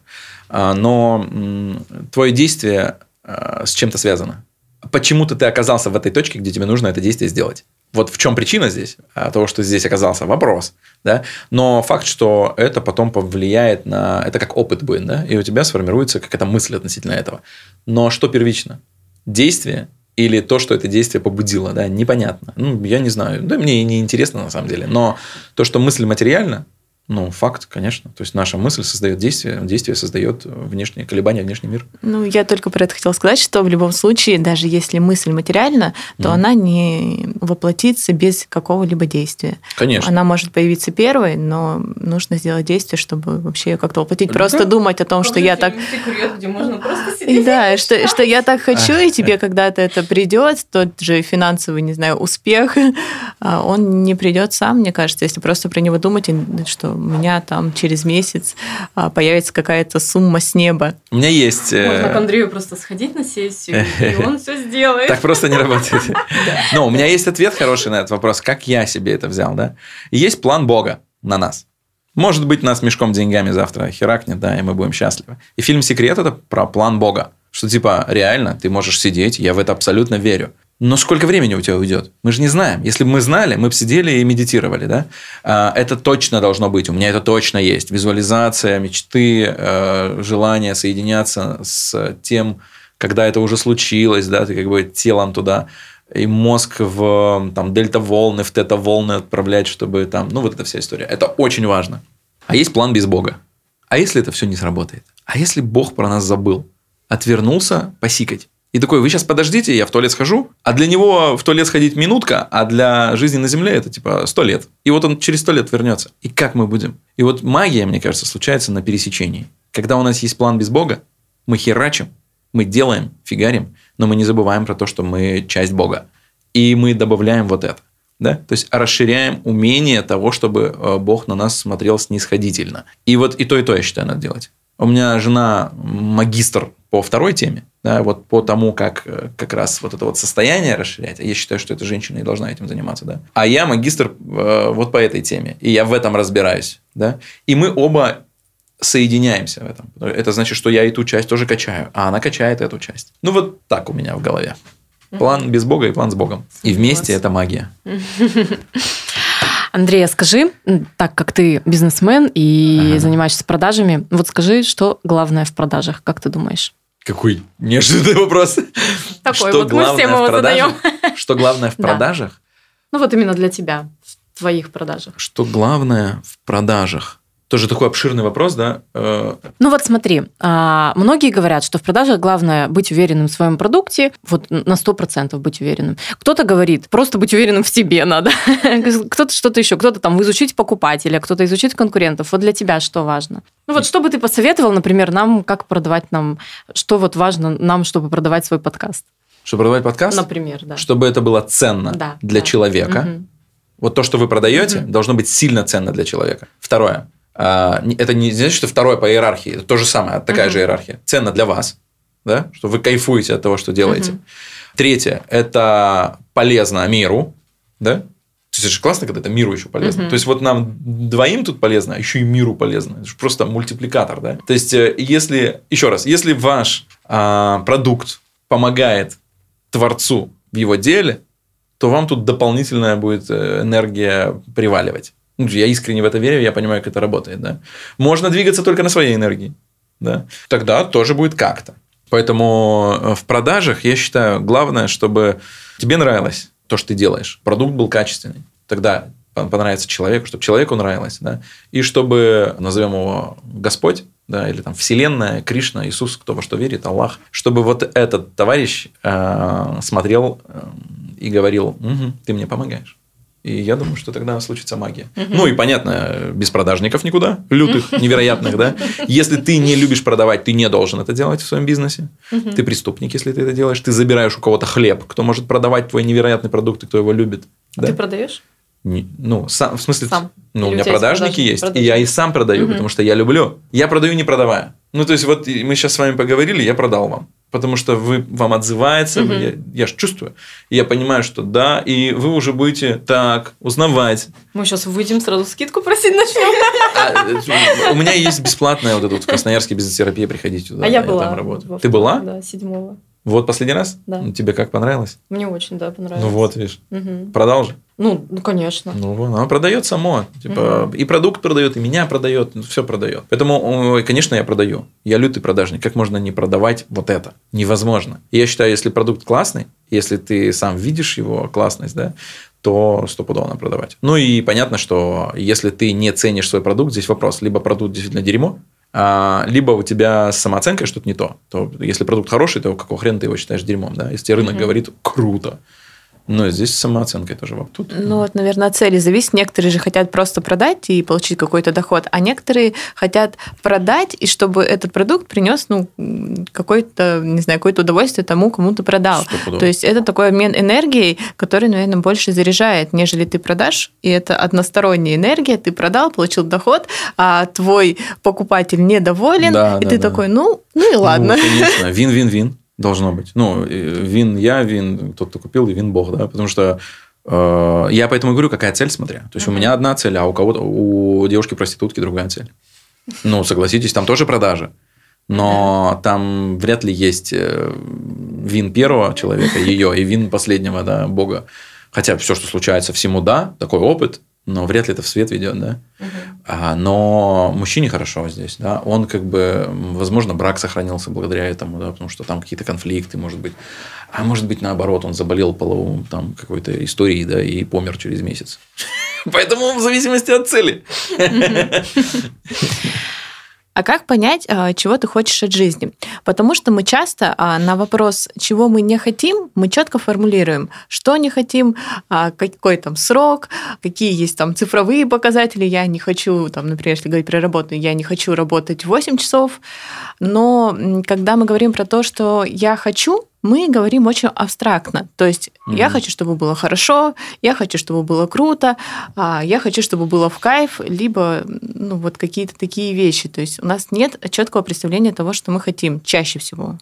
но твое действие с чем-то связано. Почему-то ты оказался в этой точке, где тебе нужно это действие сделать. Вот в чем причина здесь, того, что здесь оказался, вопрос. Да? Но факт, что это потом повлияет на... Это как опыт будет, да? И у тебя сформируется какая-то мысль относительно этого. Но что первично? Действие или то, что это действие побудило? Да? Непонятно. Ну, я не знаю. Да, мне и не интересно на самом деле. Но то, что мысль материальна, ну, факт, конечно. То есть, наша мысль создает действие, действие создает внешние колебания, внешний мир. Ну, я только про это хотела сказать, что в любом случае, даже если мысль материальна, то она не воплотится без какого-либо действия. Конечно. Она может появиться первой, но нужно сделать действие, чтобы вообще ее как-то воплотить. Просто думать о том, что я так... где можно просто сидеть. Да, что я так хочу, и тебе когда-то это придет, тот же финансовый, не знаю, успех, он не придет сам, мне кажется, если просто про него думать, что у меня там через месяц появится какая-то сумма с неба. У меня есть... Можно к Андрею просто сходить на сессию, и он все сделает. Так просто не работает. Но у меня есть ответ хороший на этот вопрос, как я себе это взял. Да? Есть план Бога на нас. Может быть, нас мешком деньгами завтра херакнет, да, и мы будем счастливы. И фильм «Секрет» – это про план Бога. Что типа реально ты можешь сидеть, я в это абсолютно верю. Но сколько времени у тебя уйдет? Мы же не знаем. Если бы мы знали, мы бы сидели и медитировали. Да? Это точно должно быть. У меня это точно есть. Визуализация, мечты, желание соединяться с тем, когда это уже случилось, да, ты как бы телом туда, и мозг в там, дельта-волны, в тета-волны отправлять, чтобы там... Ну, вот эта вся история. Это очень важно. А есть план без Бога. А если это все не сработает? А если Бог про нас забыл? Отвернулся посикать. И такой, вы сейчас подождите, я в туалет схожу. А для него в туалет сходить минутка, а для жизни на Земле это типа 100 лет. И вот он через 100 лет вернется. И как мы будем? И вот магия, мне кажется, случается на пересечении. Когда у нас есть план без Бога, мы херачим, мы делаем, фигарим, но мы не забываем про то, что мы часть Бога. И мы добавляем вот это. Да? То есть расширяем умение того, чтобы Бог на нас смотрел снисходительно. И вот и то, я считаю, надо делать. У меня жена магистр по второй теме, да, вот по тому, как раз вот это вот состояние расширять. Я считаю, что эта женщина и должна этим заниматься. Да. А я магистр вот по этой теме. И я в этом разбираюсь. Да. И мы оба соединяемся в этом. Это значит, что я и ту часть тоже качаю, а она качает эту часть. Ну, вот так у меня в голове. План без Бога и план с Богом. И вместе это магия. Андрей, скажи, так как ты бизнесмен и занимаешься продажами, вот скажи, что главное в продажах, как ты думаешь? Какой неожиданный вопрос. Такой, вот мы всем его задаем. Что главное в продажах? Ну вот именно для тебя, в твоих продажах. Что главное в продажах? Тоже такой обширный вопрос, да? Ну вот смотри, многие говорят, что в продажах главное быть уверенным в своем продукте, вот на 100% быть уверенным. Кто-то говорит, просто быть уверенным в себе надо. Кто-то что-то еще, кто-то там изучить покупателя, кто-то изучить конкурентов. Вот для тебя что важно? Ну вот что бы ты посоветовал, например, нам, как продавать нам, что вот важно нам, чтобы продавать свой подкаст? Чтобы продавать подкаст? Например, да. Чтобы это было ценно для человека. Угу. Вот то, что вы продаете, должно быть сильно ценно для человека. Второе. Это не значит, что второе по иерархии. Это то же самое, такая же иерархия. Ценно для вас, да? Что вы кайфуете от того, что делаете. Третье – это полезно миру. Да? То есть, это же классно, когда это миру еще полезно. То есть, вот нам двоим тут полезно, а еще и миру полезно. Это же просто мультипликатор. Да? То есть, если ваш продукт помогает творцу в его деле, то вам тут дополнительная будет энергия приваливать. Я искренне в это верю, я понимаю, как это работает. Да? Можно двигаться только на своей энергии. Да? Тогда тоже будет как-то. Поэтому в продажах, я считаю, главное, чтобы тебе нравилось то, что ты делаешь. Продукт был качественный. Тогда понравится человеку, чтобы человеку нравилось. Да? И чтобы, назовем его Господь, да, или там Вселенная, Кришна, Иисус, кто во что верит, Аллах, чтобы вот этот товарищ смотрел и говорил, ты мне помогаешь. И я думаю, что тогда случится магия. Ну, и понятно, без продажников никуда, лютых, невероятных, да. Если ты не любишь продавать, ты не должен это делать в своем бизнесе. Ты преступник, если ты это делаешь. Ты забираешь у кого-то хлеб, кто может продавать твой невероятный продукт, и кто его любит. А ты продаешь? В смысле, сам. У меня продажники есть, и я и сам продаю, потому что я люблю. Я продаю, не продавая. Ну, то есть, вот мы сейчас с вами поговорили, я продал вам. Потому что вам отзывается, я же чувствую. И я понимаю, что да, и вы уже будете так узнавать. Мы сейчас выйдем, сразу скидку просить начнем. У меня есть бесплатная вот эта вот Красноярская бизнес-терапия, приходите туда. А я была. Там работаю. Ты была? Да, 7-го. Вот последний раз? Да. Тебе как понравилось? Мне очень, да, понравилось. Ну вот, видишь. Продал же? Ну, конечно. Ну, вот, оно продает само. Типа, и продукт продает, и меня продает, все продает. Поэтому, конечно, я продаю. Я лютый продажник. Как можно не продавать вот это? Невозможно. И я считаю, если продукт классный, если ты сам видишь его классность, да, то стопудово надо продавать. Ну, и понятно, что если ты не ценишь свой продукт, здесь вопрос. Либо продукт действительно дерьмо, либо у тебя с самооценкой что-то не то. То если продукт хороший, то какого хрена ты его считаешь дерьмом? Да? Если тебе рынок говорит «круто». Но здесь с самооценкой тоже вопрос. Ну, вот, наверное, от цели зависит. Некоторые же хотят просто продать и получить какой-то доход, а некоторые хотят продать, и чтобы этот продукт принес, какое-то, не знаю, какое-то удовольствие тому, кому ты продал. То есть, это такой обмен энергией, который, наверное, больше заряжает, нежели ты продашь, и это односторонняя энергия. Ты продал, получил доход, а твой покупатель недоволен, и ты такой, ну и ладно. Конечно, вин-вин-вин. Должно быть. Вин я, вин тот, кто купил, и вин Бог, да, потому что Я поэтому говорю, какая цель, смотря. То есть, у меня одна цель, а у девушки-проститутки другая цель. Ну, согласитесь, там тоже продажи. Но там вряд ли есть вин первого человека, ее, и вин последнего, да, Бога. Хотя все, что случается, всему да, такой опыт, но вряд ли это в свет ведет, да. Но мужчине хорошо здесь, да. Он как бы, возможно, брак сохранился благодаря этому, да, потому что там какие-то конфликты, может быть. А может быть, наоборот, он заболел половым там какой-то историей, да, и помер через месяц. Поэтому в зависимости от цели. А как понять, чего ты хочешь от жизни? Потому что мы часто на вопрос, чего мы не хотим, мы четко формулируем, что не хотим, какой там срок, какие есть там цифровые показатели. Я не хочу, там, например, если говорить про работу, я не хочу работать 8 часов. Но когда мы говорим про то, что я хочу, мы говорим очень абстрактно. То есть я хочу, чтобы было хорошо, я хочу, чтобы было круто, я хочу, чтобы было в кайф, либо ну, вот какие-то такие вещи. То есть у нас нет четкого представления того, что мы хотим чаще всего.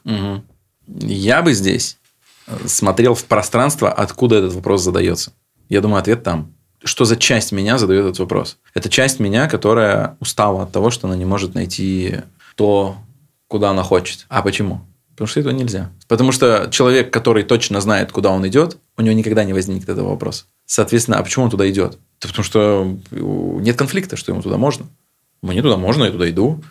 Я бы здесь смотрел в пространство, откуда этот вопрос задается. Я думаю, ответ там. Что за часть меня задает этот вопрос? Это часть меня, которая устала от того, что она не может найти то, куда она хочет. А почему? Потому что этого нельзя. Потому что человек, который точно знает, куда он идет, у него никогда не возникнет этого вопроса. Соответственно, а почему он туда идет? Да потому что нет конфликта, что ему туда можно. Мне туда можно, я туда иду.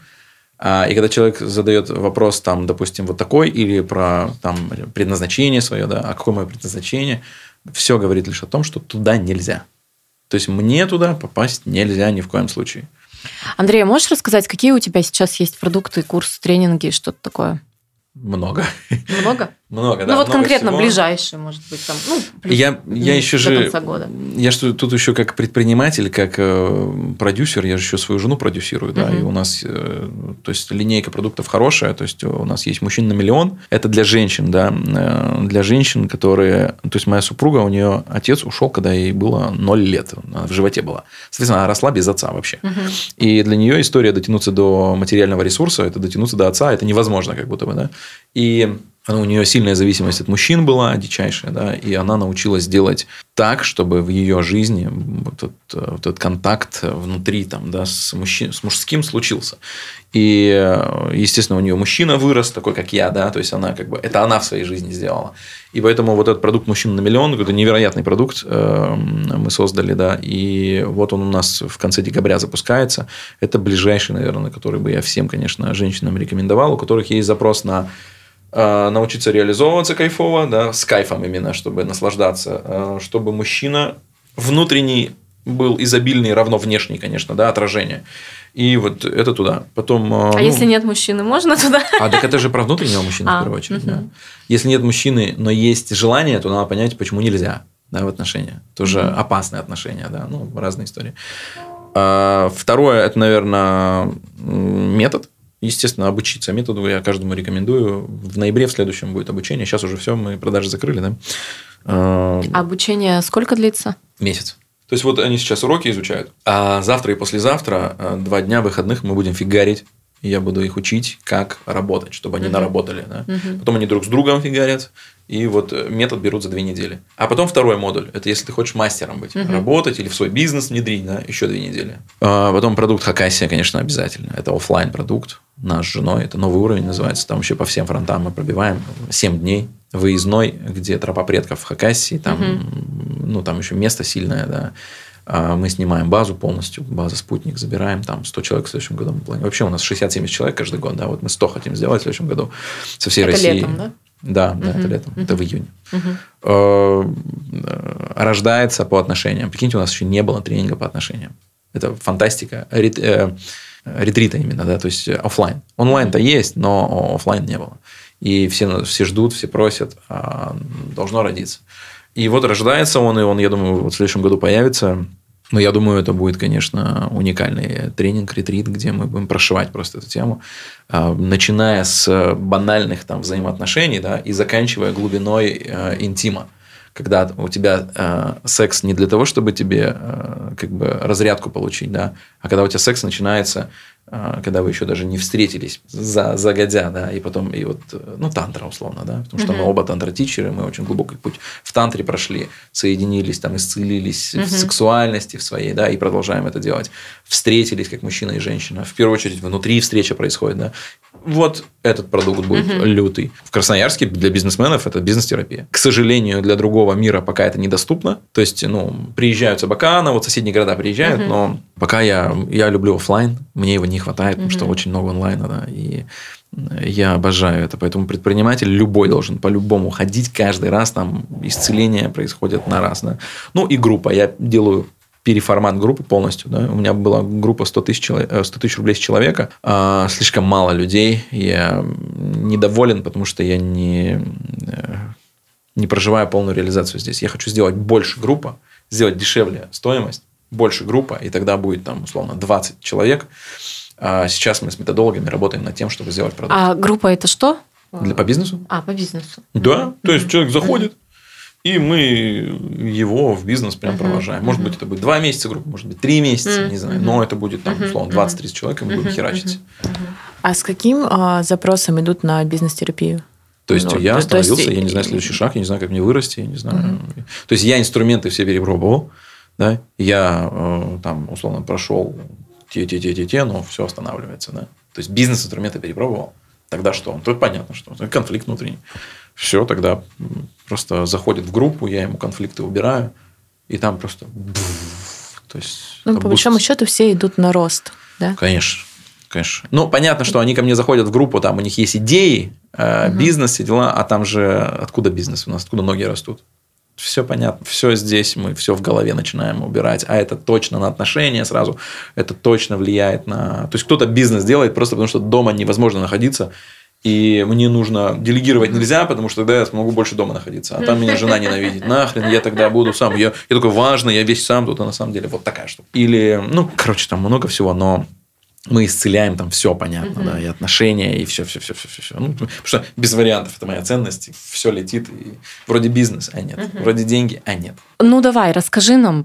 И когда человек задает вопрос, там, допустим, вот такой, или про там, предназначение свое, да, а какое мое предназначение, все говорит лишь о том, что туда нельзя. То есть, мне туда попасть нельзя ни в коем случае. Андрей, можешь рассказать, какие у тебя сейчас есть продукты, курсы, тренинги, что-то такое? Много. Много? Много, да. Ну, вот много конкретно всего. ближайшие, может быть, там, ну, плюс я еще до же, конца года. Я что тут еще как предприниматель, как продюсер, я же еще свою жену продюсирую, да, и у нас, то есть, линейка продуктов хорошая, то есть, у нас есть «Мужчина на миллион», это для женщин, да, для женщин, которые, то есть, моя супруга, у нее отец ушел, когда ей было 0 лет, она в животе была, соответственно, она росла без отца вообще, и для нее история дотянуться до материального ресурса, это дотянуться до отца, это невозможно, как будто бы, да, и у нее сильная зависимость от мужчин была, дичайшая, да, и она научилась делать так, чтобы в ее жизни вот этот контакт внутри там, да, с мужским случился. И, естественно, у нее мужчина вырос, такой, как я, да, то есть, она как бы, это она в своей жизни сделала. И поэтому вот этот продукт «Мужчина на миллион», это невероятный продукт мы создали, да, и вот он у нас в конце декабря запускается. Это ближайший, наверное, который бы я всем, конечно, женщинам рекомендовал, у которых есть запрос на научиться реализовываться кайфово, да, с кайфом именно, чтобы наслаждаться, чтобы мужчина внутренний был изобильный, равно внешний, конечно, да, отражение. И вот это туда. Потом, если нет мужчины, можно туда? Так это же про внутреннего мужчину, в первую очередь. Да. Если нет мужчины, но есть желание, то надо понять, почему нельзя, да, в отношения. Тоже опасные отношения, да, ну, разные истории. Второе, это, наверное, метод. Естественно, обучиться методу я каждому рекомендую. В ноябре в следующем будет обучение. Сейчас уже все, мы продажи закрыли, да. Обучение сколько длится? Месяц. То есть, вот они сейчас уроки изучают, а завтра и послезавтра 2 дня выходных мы будем фигарить. И я буду их учить, как работать, чтобы они наработали. Да? Потом они друг с другом фигарят. И вот метод берут за 2 недели. А потом второй модуль. Это если ты хочешь мастером быть. Работать или в свой бизнес внедрить. Да? Еще 2 недели. Потом продукт Хакасия, конечно, обязательно. Это офлайн продукт. Наш с женой. Это новый уровень называется. Там вообще по всем фронтам мы пробиваем. 7 дней. Выездной, где тропа предков в Хакасии. Там, ну, там еще место сильное. Да. Мы снимаем базу полностью, база «Спутник», забираем там 100 человек в следующем году. Вообще у нас 60-70 человек каждый год, да, вот мы 100 хотим сделать в следующем году со всей России. Это летом, да? Да, это летом, это в июне. Рождается по отношениям. Прикиньте, у нас еще не было тренинга по отношениям. Это фантастика. Ретрита именно, да, то есть офлайн. Онлайн-то есть, но офлайн не было. И все ждут, все просят, должно родиться. И вот рождается он, и он, я думаю, вот в следующем году появится. Но я думаю, это будет, конечно, уникальный тренинг, ретрит, где мы будем прошивать просто эту тему, начиная с банальных там, взаимоотношений, да, и заканчивая глубиной интима. Когда у тебя секс не для того, чтобы тебе как бы разрядку получить, да, а когда у тебя секс начинается когда вы еще даже не встретились загодя, да, и потом, и вот, тантра условно, да, потому что мы оба тантра-тичеры, мы очень глубокий путь в тантре прошли, соединились, там, исцелились в сексуальности в своей, да, и продолжаем это делать. Встретились как мужчина и женщина. В первую очередь, внутри встреча происходит, да. Вот этот продукт будет лютый. В Красноярске для бизнесменов это бизнес-терапия. К сожалению, для другого мира пока это недоступно. То есть, приезжают с Абакана, вот соседние города приезжают, но пока я люблю офлайн, мне его не хватает, потому что очень много онлайна, да, и я обожаю это. Поэтому предприниматель любой должен по-любому ходить каждый раз, там исцеление происходит на раз, да. И группа. Я делаю переформат группы полностью. Да? У меня была группа 100 тысяч рублей с человека. Слишком мало людей. Я недоволен, потому что я не проживаю полную реализацию здесь. Я хочу сделать больше группа, сделать дешевле стоимость, больше группа, и тогда будет там условно 20 человек. Сейчас мы с методологами работаем над тем, чтобы сделать продукт. А группа это что? По бизнесу. По бизнесу. Да, то есть человек заходит, и мы его в бизнес прям провожаем. Может быть, это будет 2 месяца группа, может быть, 3 месяца, не знаю. Но это будет, там, условно, 20-30 человек, и мы будем херачить. А с каким запросом идут на бизнес-терапию? То есть, я остановился, я не знаю следующий шаг, я не знаю, как мне вырасти, я не знаю. То есть, я инструменты все перепробовал, да? Я там, условно, прошел те, но все останавливается. Да? То есть, бизнес-инструменты перепробовал. Тогда что? То понятно, что конфликт внутренний. Все, тогда просто заходит в группу, я ему конфликты убираю, и там просто... То есть, по большому счету все идут на рост, да? Конечно. Понятно, что они ко мне заходят в группу, там у них есть идеи, бизнес, все дела, а там же откуда бизнес у нас, откуда ноги растут? Все понятно, все здесь, мы все в голове начинаем убирать, а это точно на отношения сразу, это точно влияет на... То есть, кто-то бизнес делает просто потому, что дома невозможно находиться, и мне нужно делегировать нельзя, потому что тогда я смогу больше дома находиться. А там меня жена ненавидит. Нахрен я тогда буду сам. Я такой важный, я весь сам тут, а на самом деле вот такая штука. Или, там много всего, но мы исцеляем там все понятно, да, и отношения, и все. Потому что без вариантов это моя ценность. Все летит, и вроде бизнес, а нет. Вроде деньги, а нет. Давай, расскажи нам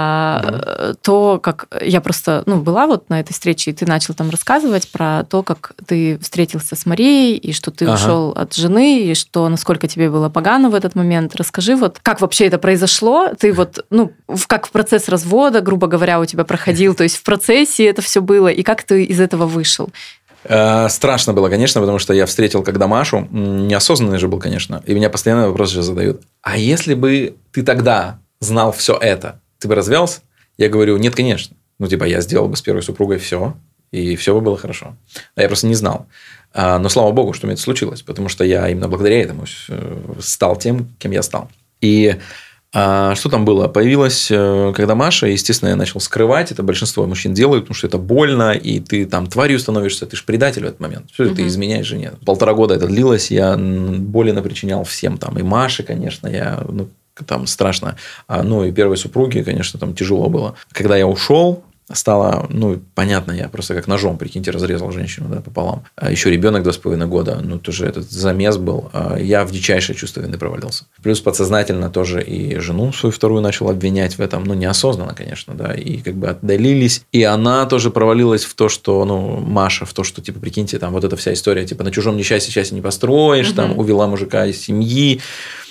про то, как... Я просто была вот на этой встрече, и ты начал там рассказывать про то, как ты встретился с Марией, и что ты ушел от жены, и что насколько тебе было погано в этот момент. Расскажи, вот как вообще это произошло? Ты вот, как процесс развода, грубо говоря, у тебя проходил, то есть в процессе это все было, и как ты из этого вышел? Страшно было, конечно, потому что я встретил когда Машу, неосознанный же был, конечно, и меня постоянно вопрос же задают. А если бы ты тогда знал все это, ты бы развелся? Я говорю, нет, конечно. Я сделал бы с первой супругой все, и все бы было хорошо. А я просто не знал. Но слава богу, что у меня это случилось, потому что я именно благодаря этому стал тем, кем я стал. И что там было? Появилась, когда Маша, естественно, я начал скрывать. Это большинство мужчин делают, потому что это больно, и ты там тварью становишься, ты же предатель в этот момент. Все, ты изменяешь жене. 1,5 года это длилось, я боли напричинял всем там. И Маше, конечно, я там страшно. И первой супруге, конечно, там тяжело было. Когда я ушел, стало, понятно, я просто как ножом, прикиньте, разрезал женщину, да, пополам. А еще ребенок 2,5 года, тоже этот замес был. Я в дичайшее чувство вины провалился. Плюс подсознательно тоже и жену свою вторую начал обвинять в этом, неосознанно, конечно, да, и как бы отдалились. И она тоже провалилась в то, что, Маша, в то, что, прикиньте, там вот эта вся история, на чужом несчастье счастье не построишь, там увела мужика из семьи.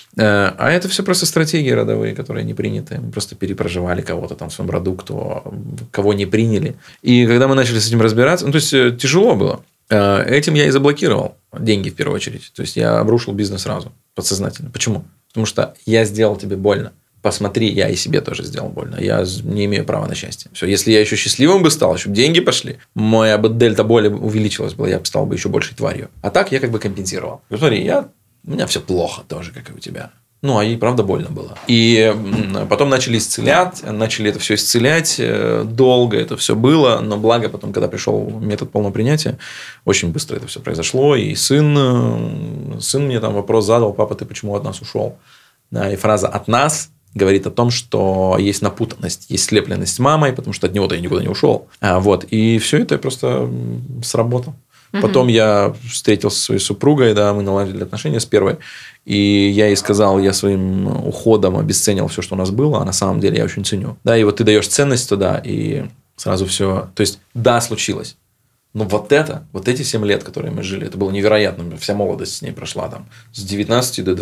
А это все просто стратегии родовые, которые не приняты. Мы просто перепроживали кого-то там в своем роду, кого не приняли. И когда мы начали с этим разбираться, то есть тяжело было. Этим я и заблокировал деньги в первую очередь. То есть я обрушил бизнес сразу, подсознательно. Почему? Потому что я сделал тебе больно. Посмотри, я и себе тоже сделал больно. Я не имею права на счастье. Все, если я еще счастливым бы стал, еще бы деньги пошли, моя бы дельта боли увеличилась бы, я бы стал бы еще большей тварью. А так я как бы компенсировал. Смотри, у меня все плохо тоже, как и у тебя. А ей, правда, больно было. И потом начали это все исцелять. Долго это все было. Но благо потом, когда пришел метод полного принятия, очень быстро это все произошло. И сын мне там вопрос задал: папа, ты почему от нас ушел? Да, и фраза «от нас» говорит о том, что есть напутанность, есть слепленность с мамой, потому что от него-то я никуда не ушел. И все это просто сработало. Потом я встретился со своей супругой, да, мы наладили отношения с первой. И я ей сказал, я своим уходом обесценил все, что у нас было, а на самом деле я очень ценю. Да, и вот ты даешь ценность туда, и сразу все. То есть, да, случилось. Но вот эти 7 лет, которые мы жили, это было невероятно. Вся молодость с ней прошла там с 19 до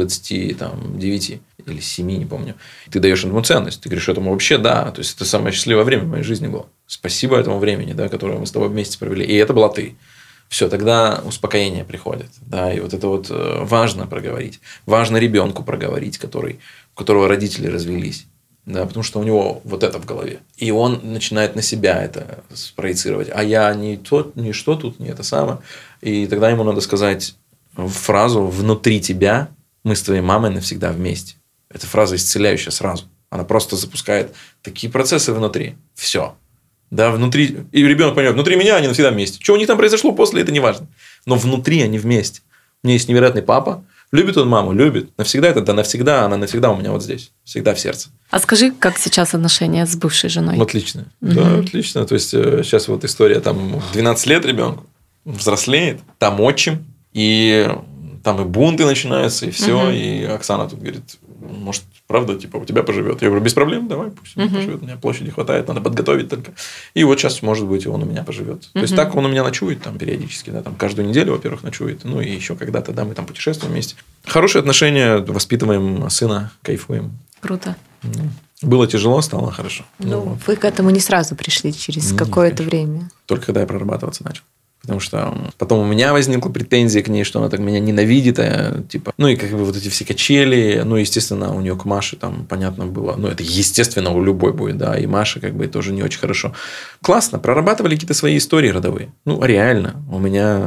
29 или 7, не помню. Ты даешь этому ценность. Ты говоришь, этому вообще да. То есть, это самое счастливое время в моей жизни было. Спасибо этому времени, да, которое мы с тобой вместе провели. И это была ты. Все, тогда успокоение приходит. Да, и вот это вот важно проговорить. Важно ребенку проговорить, у которого родители развелись. Да, потому что у него вот это в голове. И он начинает на себя это спроецировать. А я не что тут, не это самое. И тогда ему надо сказать фразу «внутри тебя мы с твоей мамой навсегда вместе». Эта фраза исцеляющая сразу. Она просто запускает такие процессы внутри. Все. Да, внутри. И ребенок поймет, внутри меня они навсегда вместе. Что у них там произошло после, это не важно. Но внутри они вместе. У меня есть невероятный папа. Любит он маму? Любит. Навсегда это? Да навсегда. Она навсегда у меня вот здесь. Всегда в сердце. А скажи, как сейчас отношения с бывшей женой? Отлично. Да, отлично. То есть, сейчас вот история, там 12 лет ребенку взрослеет, там отчим, и там и бунты начинаются, и все. И Оксана тут говорит, может, правда, типа, у тебя поживет? Я говорю, без проблем, давай, пусть он поживет. У меня площади хватает, надо подготовить только. И вот сейчас, может быть, он у меня поживет. То есть, так он у меня ночует там периодически, да, там каждую неделю, во-первых, ночует. Ну, и еще когда-то, да, мы там путешествуем вместе. Хорошие отношения, воспитываем сына, кайфуем. Круто. Было тяжело, стало хорошо. Ну, вы к этому не сразу пришли, через какое-то время. Только когда я прорабатываться начал. Потому что потом у меня возникла претензия к ней, что она так меня ненавидит. Типа, ну, и как бы вот эти все качели. Ну, естественно, у нее к Маше там, понятно было. Ну, это естественно у любой будет, да. И Маша как бы тоже не очень хорошо. Классно. Прорабатывали какие-то свои истории родовые. Ну, реально. У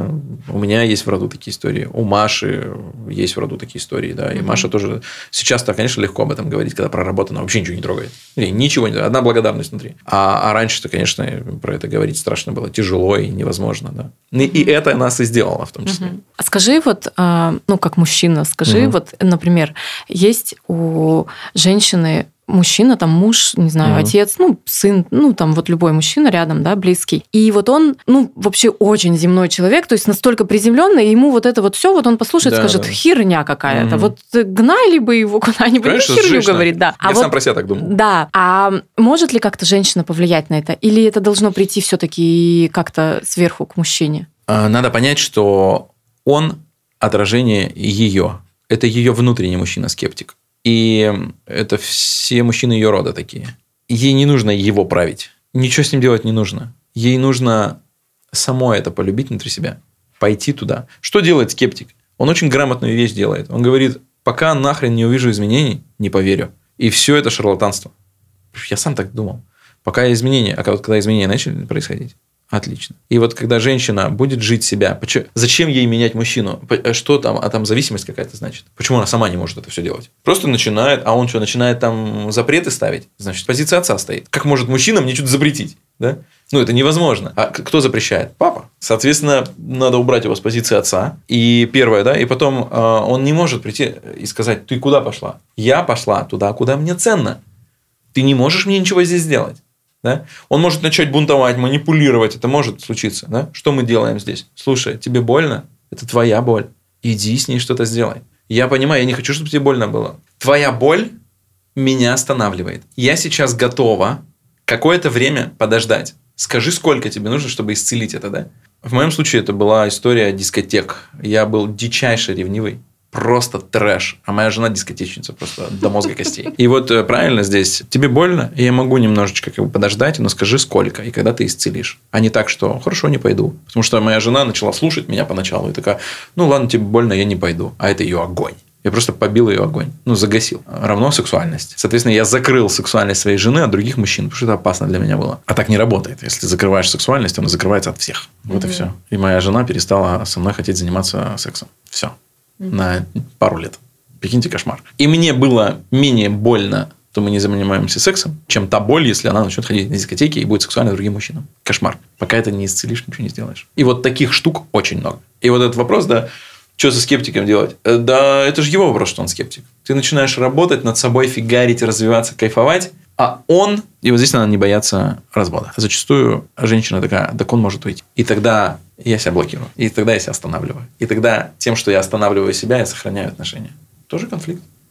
меня есть в роду такие истории. У Маши есть в роду такие истории, да. И Маша тоже... Сейчас-то, конечно, легко об этом говорить, когда проработано, вообще ничего не трогает. Ничего не трогает. Одна благодарность внутри. А раньше-то, конечно, про это говорить страшно было. Тяжело и невозможно, да. И это нас и сделало в том числе. А скажи вот, ну, как мужчина, скажи вот, например, есть у женщины мужчина, там муж, не знаю, отец, ну, сын, ну, там вот любой мужчина рядом, да, близкий. И вот он, ну, вообще очень земной человек, то есть настолько приземленный, и ему вот это вот все, вот он послушает, скажет, херня какая-то, вот гнали бы его куда-нибудь, конечно, херню женщина говорит, да. Я сам про себя так думал. Да. А может ли как-то женщина повлиять на это? Или это должно прийти все-таки как-то сверху к мужчине? Надо понять, что он отражение ее. Это ее внутренний мужчина-скептик. И это все мужчины ее рода такие. Ей не нужно его править. Ничего с ним делать не нужно. Ей нужно самой это полюбить внутри себя. Пойти туда. Что делает скептик? Он очень грамотную вещь делает. Он говорит, пока нахрен не увижу изменений, не поверю. И все это шарлатанство. Я сам так думал. Пока изменения. А вот когда изменения начали происходить, отлично. И вот когда женщина будет жить себя, зачем ей менять мужчину? Что там? А там зависимость какая-то, значит. Почему она сама не может это все делать? Просто начинает, а он что, начинает там запреты ставить? Значит, позиция отца стоит. Как может мужчина мне что-то запретить? Да? Ну, это невозможно. А кто запрещает? Папа. Соответственно, надо убрать его с позиции отца. И первое, да, и потом он не может прийти и сказать, ты куда пошла? Я пошла туда, куда мне ценно. Ты не можешь мне ничего здесь сделать. Да? Он может начать бунтовать, манипулировать. Это может случиться. Да? Что мы делаем здесь? Слушай, тебе больно? Это твоя боль. Иди с ней что-то сделай. Я понимаю, я не хочу, чтобы тебе больно было. Твоя боль меня останавливает. Я сейчас готова какое-то время подождать. Скажи, сколько тебе нужно, чтобы исцелить это. Да? В моем случае это была история дискотек. Я был дичайше ревнивый. Просто трэш. А моя жена дискотечница просто до мозга костей. И вот правильно здесь. Тебе больно? Я могу немножечко как бы подождать, но скажи сколько и когда ты исцелишь. А не так, что хорошо, не пойду. Потому что моя жена начала слушать меня поначалу и такая, ну ладно, тебе больно, я не пойду. А это ее огонь. Я просто побил ее огонь. Ну, загасил. Равно сексуальность. Соответственно, я закрыл сексуальность своей жены от других мужчин, потому что это опасно для меня было. А так не работает. Если закрываешь сексуальность, она закрывается от всех. Вот и все. И моя жена перестала со мной хотеть заниматься сексом. Все. На пару лет. Прикиньте, кошмар. И мне было менее больно, что мы не занимаемся сексом, чем та боль, если она начнет ходить на дискотеки и будет сексуально другим мужчинам. Кошмар. Пока это не исцелишь, ничего не сделаешь. И вот таких штук очень много. И вот этот вопрос, да, что со скептиком делать? Да, это же его вопрос, что он скептик. Ты начинаешь работать над собой, фигарить, развиваться, кайфовать, а он... И вот здесь надо не бояться развода. Зачастую женщина такая, так он может уйти. И тогда я себя блокирую. И тогда я себя останавливаю. И тогда тем, что я останавливаю себя, я сохраняю отношения. Тоже конфликт.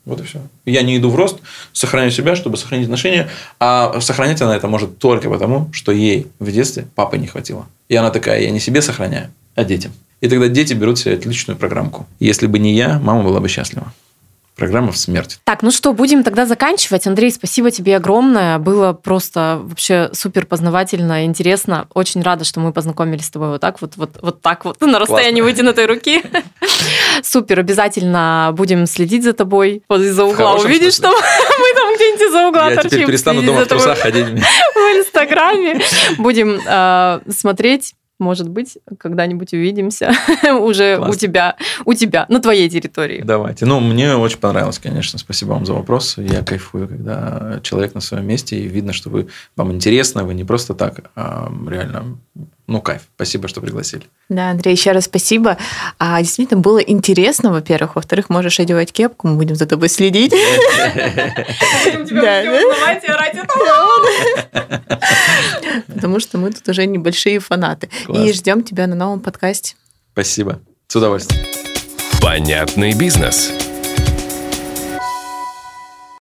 Вот и все. Я не иду в рост, сохраняю себя, чтобы сохранить отношения. А сохранять она это может только потому, что ей в детстве папы не хватило. И она такая, я не себе сохраняю, а детям. И тогда дети берут себе отличную программку. Если бы не я, мама была бы счастлива. Программа в смерть. Так, ну что, будем тогда заканчивать. Андрей, спасибо тебе огромное. Было просто вообще супер познавательно, интересно. Очень рада, что мы познакомились с тобой вот так вот, на расстоянии вытянутой руки. Супер, обязательно будем следить за тобой. Вот из-за угла увидишь, что мы там где-нибудь из-за угла торчим. Я теперь перестану дома в трусах ходить. В Инстаграме. Будем смотреть. Может быть, когда-нибудь увидимся уже классно. у тебя, на твоей территории. Давайте. Мне очень понравилось, конечно. Спасибо вам за вопрос. Я кайфую, когда человек на своем месте, и видно, что вам интересно, вы не просто так, а реально, кайф. Спасибо, что пригласили. Да, Андрей, еще раз спасибо. Действительно было интересно, во-первых. Во-вторых, можешь одевать кепку, мы будем за тобой следить. Будем тебя узнавать и орать это. Потому что мы тут уже небольшие фанаты. И ждем тебя на новом подкасте. Спасибо. С удовольствием. Понятный бизнес.